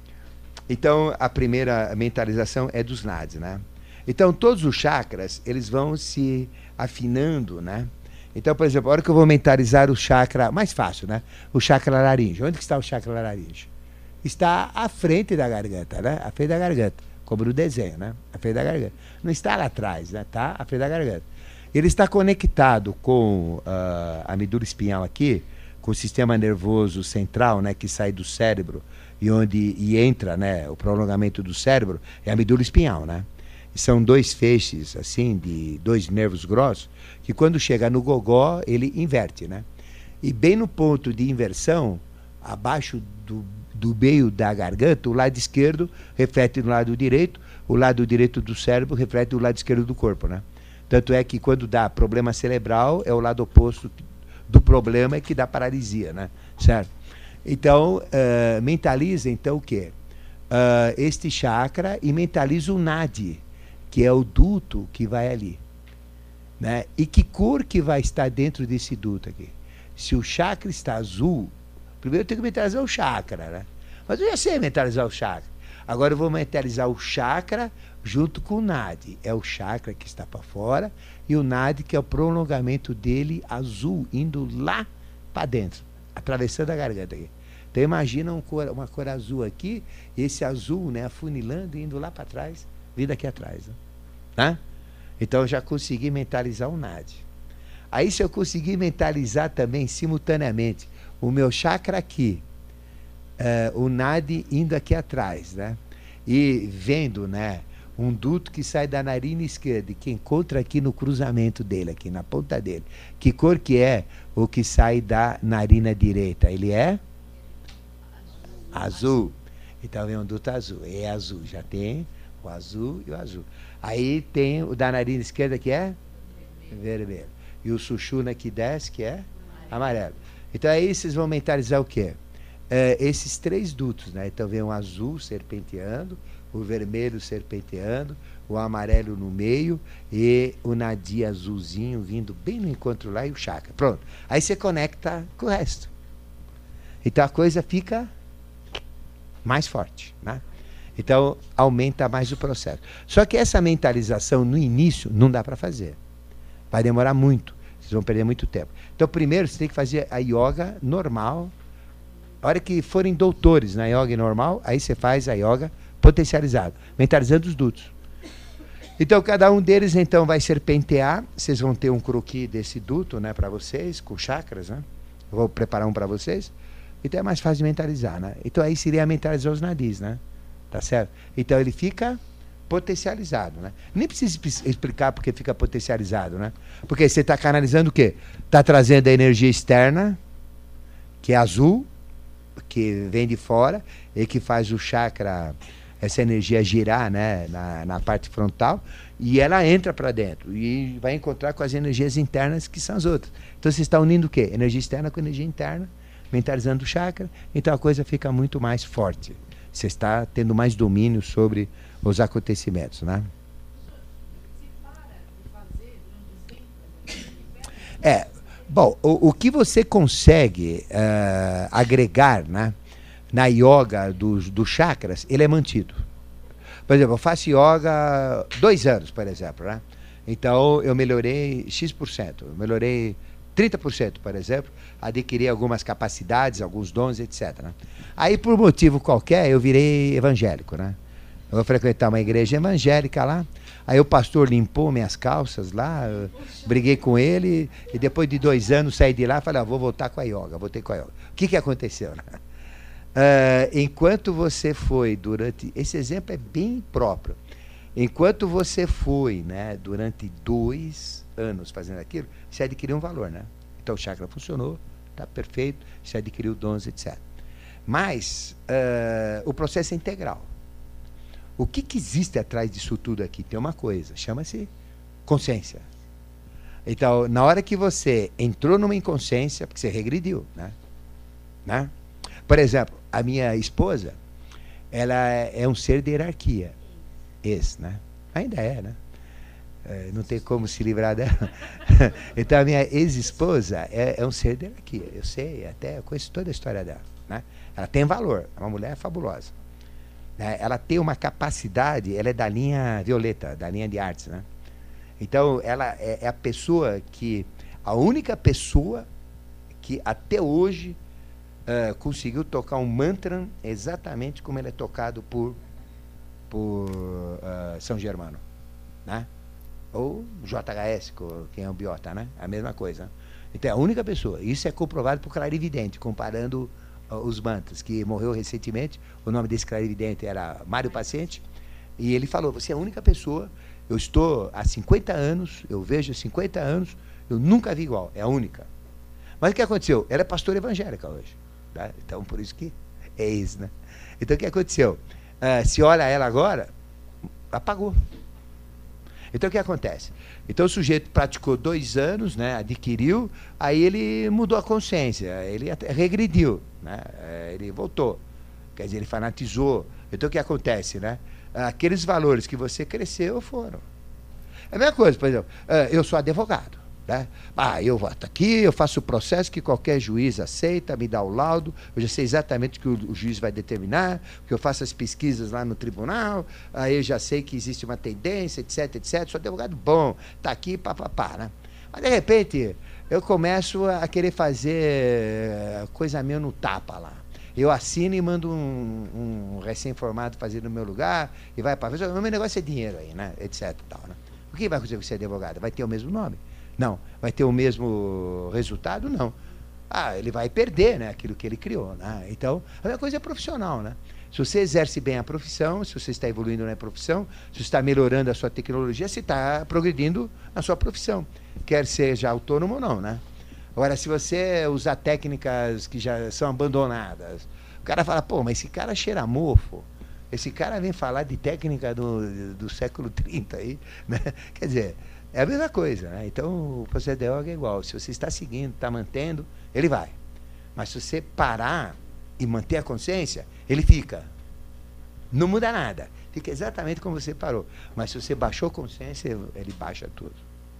então a primeira mentalização é dos nadis, né? Então todos os chakras, eles vão se afinando, né? Então, por exemplo, a hora que eu vou mentalizar o chakra, mais fácil, né? O chakra laríngeo. Onde que está o chakra laríngeo? Está à frente da garganta, né? À frente da garganta, como no desenho, né? À frente da garganta. Não está lá atrás, né? Está à frente da garganta. Ele está conectado com uh, a medula espinhal aqui, com o sistema nervoso central, né? Que sai do cérebro e onde e entra, né? O prolongamento do cérebro é a medula espinhal, né? São dois feixes, assim, de dois nervos grossos, que quando chega no gogó, ele inverte, né? E bem no ponto de inversão, abaixo do, do meio da garganta, o lado esquerdo reflete no lado direito, o lado direito do cérebro reflete no lado esquerdo do corpo, né? Tanto é que quando dá problema cerebral, é o lado oposto do problema que dá paralisia, né? Certo? Então, uh, mentaliza, então, o quê? Uh, este chakra e mentaliza o nadi, que é o duto que vai ali, né? E que cor que vai estar dentro desse duto aqui? Se o chakra está azul, primeiro eu tenho que mentalizar o chakra, né? Mas eu já sei mentalizar o chakra. Agora eu vou mentalizar o chakra junto com o nadi. É o chakra que está para fora e o nadi que é o prolongamento dele azul, indo lá para dentro, atravessando a garganta aqui. Então imagina um cor, uma cor azul aqui, e esse azul, né, afunilando e indo lá para trás, vindo aqui atrás, né? Tá? Então eu já consegui mentalizar o nadi. Aí se eu conseguir mentalizar também simultaneamente o meu chakra aqui, uh, o nadi indo aqui atrás, né? E vendo, né, um duto que sai da narina esquerda e que encontra aqui no cruzamento dele, aqui na ponta dele. Que cor que é o que sai da narina direita? Ele é? Azul. Então vem um duto azul. É azul. Já tem o azul e o azul. Aí tem o da narina esquerda que é? Vermelho. Vermelho. E o sushuna que desce que é? Amarelo. Então aí vocês vão mentalizar o quê? É, esses três dutos, né? Então vem o azul serpenteando, o vermelho serpenteando, o amarelo no meio e o nadi azulzinho vindo bem no encontro lá e o chakra. Pronto. Aí você conecta com o resto. Então a coisa fica mais forte, né? Então aumenta mais o processo. Só que essa mentalização no início não dá para fazer. Vai demorar muito. Vocês vão perder muito tempo. Então primeiro você tem que fazer a yoga normal. A hora que forem doutores na yoga normal, aí você faz a yoga potencializada, mentalizando os dutos. Então cada um deles então vai serpentear. Vocês vão ter um croquis desse duto, né, para vocês, com chakras, né? Eu vou preparar um para vocês. Então é mais fácil de mentalizar, né? Então aí seria mentalizar os nadis, né? Tá certo? Então ele fica potencializado, né? Nem precisa explicar porque fica potencializado, né? Porque você está canalizando o quê? Está trazendo a energia externa, que é azul, que vem de fora e que faz o chakra, essa energia girar, né, na, na parte frontal, e ela entra para dentro e vai encontrar com as energias internas que são as outras. Então você está unindo o quê? Energia externa com energia interna, mentalizando o chakra, então a coisa fica muito mais forte. Você está tendo mais domínio sobre os acontecimentos, né? É, bom, o, o que você consegue uh, agregar, né, na yoga dos, dos chakras, ele é mantido. Por exemplo, eu faço yoga dois anos, por exemplo, né? Então eu melhorei X por cento, eu melhorei trinta por cento, por exemplo, adquiri algumas capacidades, alguns dons, etcétera, né? Aí, por motivo qualquer, eu virei evangélico, né? Eu vou frequentar uma igreja evangélica lá, aí o pastor limpou minhas calças lá, briguei com ele, e depois de dois anos saí de lá e falei, ah, vou voltar com a yoga, voltei com a yoga. O que que aconteceu, né? Uh, enquanto você foi durante... Esse exemplo é bem próprio. Enquanto você foi, né, durante dois anos fazendo aquilo, você adquiriu um valor, né? Então o chakra funcionou, está perfeito, você adquiriu dons, etcétera. Mas uh, o processo é integral. O que, que existe atrás disso tudo aqui? Tem uma coisa, chama-se consciência. Então, na hora que você entrou numa inconsciência, porque você regrediu, né? Né? Por exemplo, a minha esposa, ela é um ser de hierarquia. Esse, né? Ainda é, né? É, não tem como se livrar dela. Então a minha ex-esposa é, é um ser dela aqui. Eu sei, até eu conheço toda a história dela. Né? Ela tem valor, é uma mulher fabulosa. Né? Ela tem uma capacidade, ela é da linha violeta, da linha de artes. Né? Então ela é, é a pessoa que, a única pessoa que até hoje uh, conseguiu tocar um mantra exatamente como ele é tocado por, por uh, São Germano. Né? Ou J H S, quem é o biota, né? A mesma coisa. Né? Então é a única pessoa. Isso é comprovado por clarividente, comparando uh, os mantras, que morreu recentemente. O nome desse clarividente era Mário Paciente. E ele falou, você é a única pessoa, eu estou há cinquenta anos, eu vejo há cinquenta anos, eu nunca vi igual, é a única. Mas o que aconteceu? Ela é pastora evangélica hoje. Tá? Então por isso que é isso, né? Então o que aconteceu? Uh, se olha ela agora, apagou. Então o que acontece? Então o sujeito praticou dois anos, né, adquiriu, aí ele mudou a consciência, ele até regrediu, né, ele voltou, quer dizer, ele fanatizou. Então o que acontece? Né? Aqueles valores que você cresceu foram. É a mesma coisa, por exemplo, eu sou advogado. Né? Ah, eu voto aqui, eu faço o processo que qualquer juiz aceita, me dá o laudo, eu já sei exatamente o que o, o juiz vai determinar, que eu faço as pesquisas lá no tribunal, aí eu já sei que existe uma tendência, etc, etc. Sou advogado bom, tá aqui, papapá, né? Mas de repente eu começo a querer fazer coisa minha no tapa lá. Eu assino e mando um, um recém-formado fazer no meu lugar e vai para o meu negócio é dinheiro aí, né? Etc. Tal, né? O que vai acontecer com você advogado? Vai ter o mesmo nome? Não. Vai ter o mesmo resultado? Não. Ah, ele vai perder, né, aquilo que ele criou. Né? Então, a mesma coisa é profissional. Né? Se você exerce bem a profissão, se você está evoluindo na profissão, se você está melhorando a sua tecnologia, você está progredindo na sua profissão. Quer seja autônomo ou não. Né? Agora, se você usar técnicas que já são abandonadas, o cara fala, pô, mas esse cara cheira mofo. Esse cara vem falar de técnica do, do século trinta aí. Né? Quer dizer... É a mesma coisa, né? Então o processo de yoga é igual. Se você está seguindo, está mantendo, ele vai. Mas se você parar e manter a consciência, ele fica. Não muda nada. Fica exatamente como você parou. Mas se você baixou a consciência, ele baixa tudo.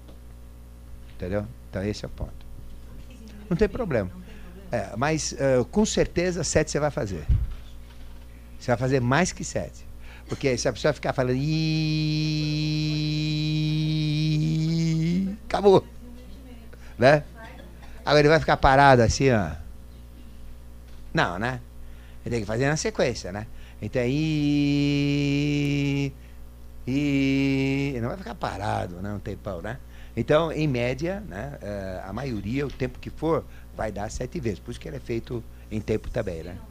Entendeu? Então esse é o ponto. Não tem problema. É, mas uh, com certeza sete você vai fazer. Você vai fazer mais que sete. Porque se a pessoa ficar falando e acabou, né? Agora ele vai ficar parado assim, ó. Não, né? Ele tem que fazer na sequência, né? Então e e não vai ficar parado, né? Um tempão, né? Então, em média, né? A maioria, o tempo que for, vai dar sete vezes. Por isso que ele é feito em tempo também, né?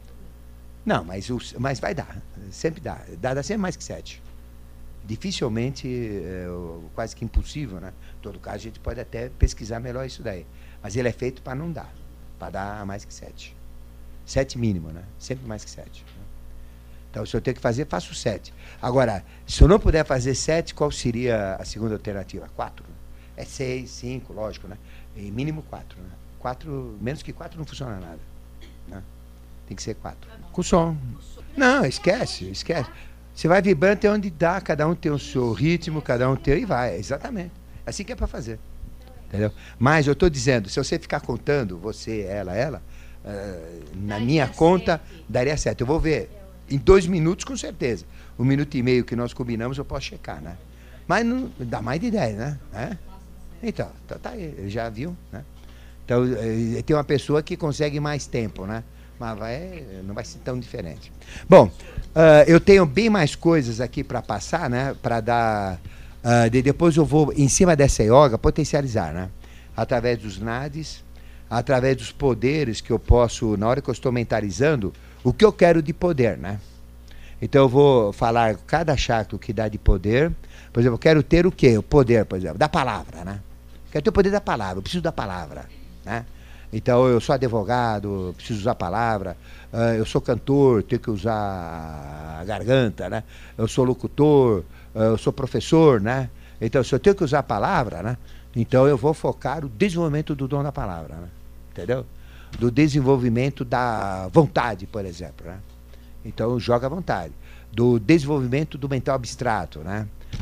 Não, mas, os, mas vai dar, sempre dá, dá, dá sempre mais que sete. Dificilmente, é, quase que impossível, né? Em todo caso, a gente pode até pesquisar melhor isso daí. Mas ele é feito para não dar, para dar mais que sete. Sete mínimo, né? Sempre mais que sete. Né? Então, se eu tenho que fazer, faço sete. Agora, se eu não puder fazer sete, qual seria a segunda alternativa? Quatro. É seis, cinco, lógico, né? E mínimo quatro, né? Quatro, menos que quatro não funciona nada. Né? Tem que ser quatro. Com som. Não, esquece, esquece. Você vai vibrando até onde dá, cada um tem o seu ritmo, cada um tem, e vai, exatamente. É assim que é para fazer. Entendeu? Mas eu estou dizendo, se você ficar contando, você, ela, ela, uh, na minha conta, daria certo. Eu vou ver, em dois minutos, com certeza. Um minuto e meio que nós combinamos, eu posso checar, né? Mas não dá mais de dez, né? É? Então, tá, tá aí, ele já viu, né? Então, tem uma pessoa que consegue mais tempo, né? Mas vai, não vai ser tão diferente. Bom, uh, eu tenho bem mais coisas aqui para passar, né? Para dar... Uh, de, depois eu vou, em cima dessa yoga, potencializar, né? Através dos nadis, através dos poderes que eu posso, na hora que eu estou mentalizando, o que eu quero de poder, né? Então eu vou falar cada chakra que dá de poder. Por exemplo, eu quero ter o quê? O poder, por exemplo, da palavra, né? Eu quero ter o poder da palavra, eu preciso da palavra, né? Então, eu sou advogado, preciso usar a palavra, uh, eu sou cantor, tenho que usar a garganta, né? Eu sou locutor, uh, eu sou professor, né? Então, se eu tenho que usar a palavra, né? Então, eu vou focar o desenvolvimento do dom da palavra, né? Entendeu? Do desenvolvimento da vontade, por exemplo, né? Então, joga a vontade. Do desenvolvimento do mental abstrato, né?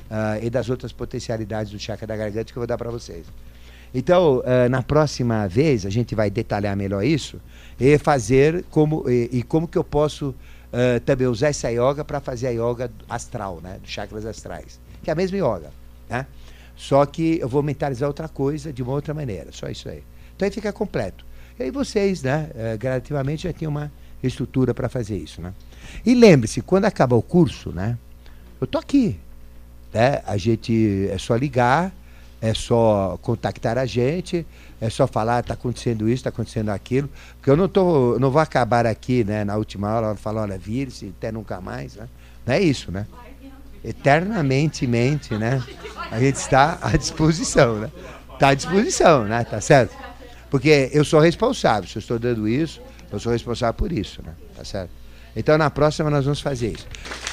uh, e das outras potencialidades do chakra da garganta que eu vou dar para vocês. Então, uh, na próxima vez, a gente vai detalhar melhor isso e fazer como, e, e como que eu posso uh, também usar essa yoga para fazer a yoga astral, né? Dos chakras astrais, que é a mesma yoga, né? Só que eu vou mentalizar outra coisa de uma outra maneira, só isso aí. Então aí fica completo. E aí vocês, né, uh, gradativamente já tem uma estrutura para fazer isso, né? E lembre-se, quando acabar o curso, né, eu tô aqui, né? A gente é só ligar, é só contactar a gente, é só falar, está acontecendo isso, está acontecendo aquilo, porque eu não tô, não vou acabar aqui, né, na última aula, falar, olha, vire-se, até nunca mais, né? Não é isso, né? Eternamente mente, né? A gente está à disposição, né? Está à disposição, né? Tá certo? Porque eu sou responsável, se eu estou dando isso, eu sou responsável por isso, né? Tá certo? Então, na próxima, nós vamos fazer isso.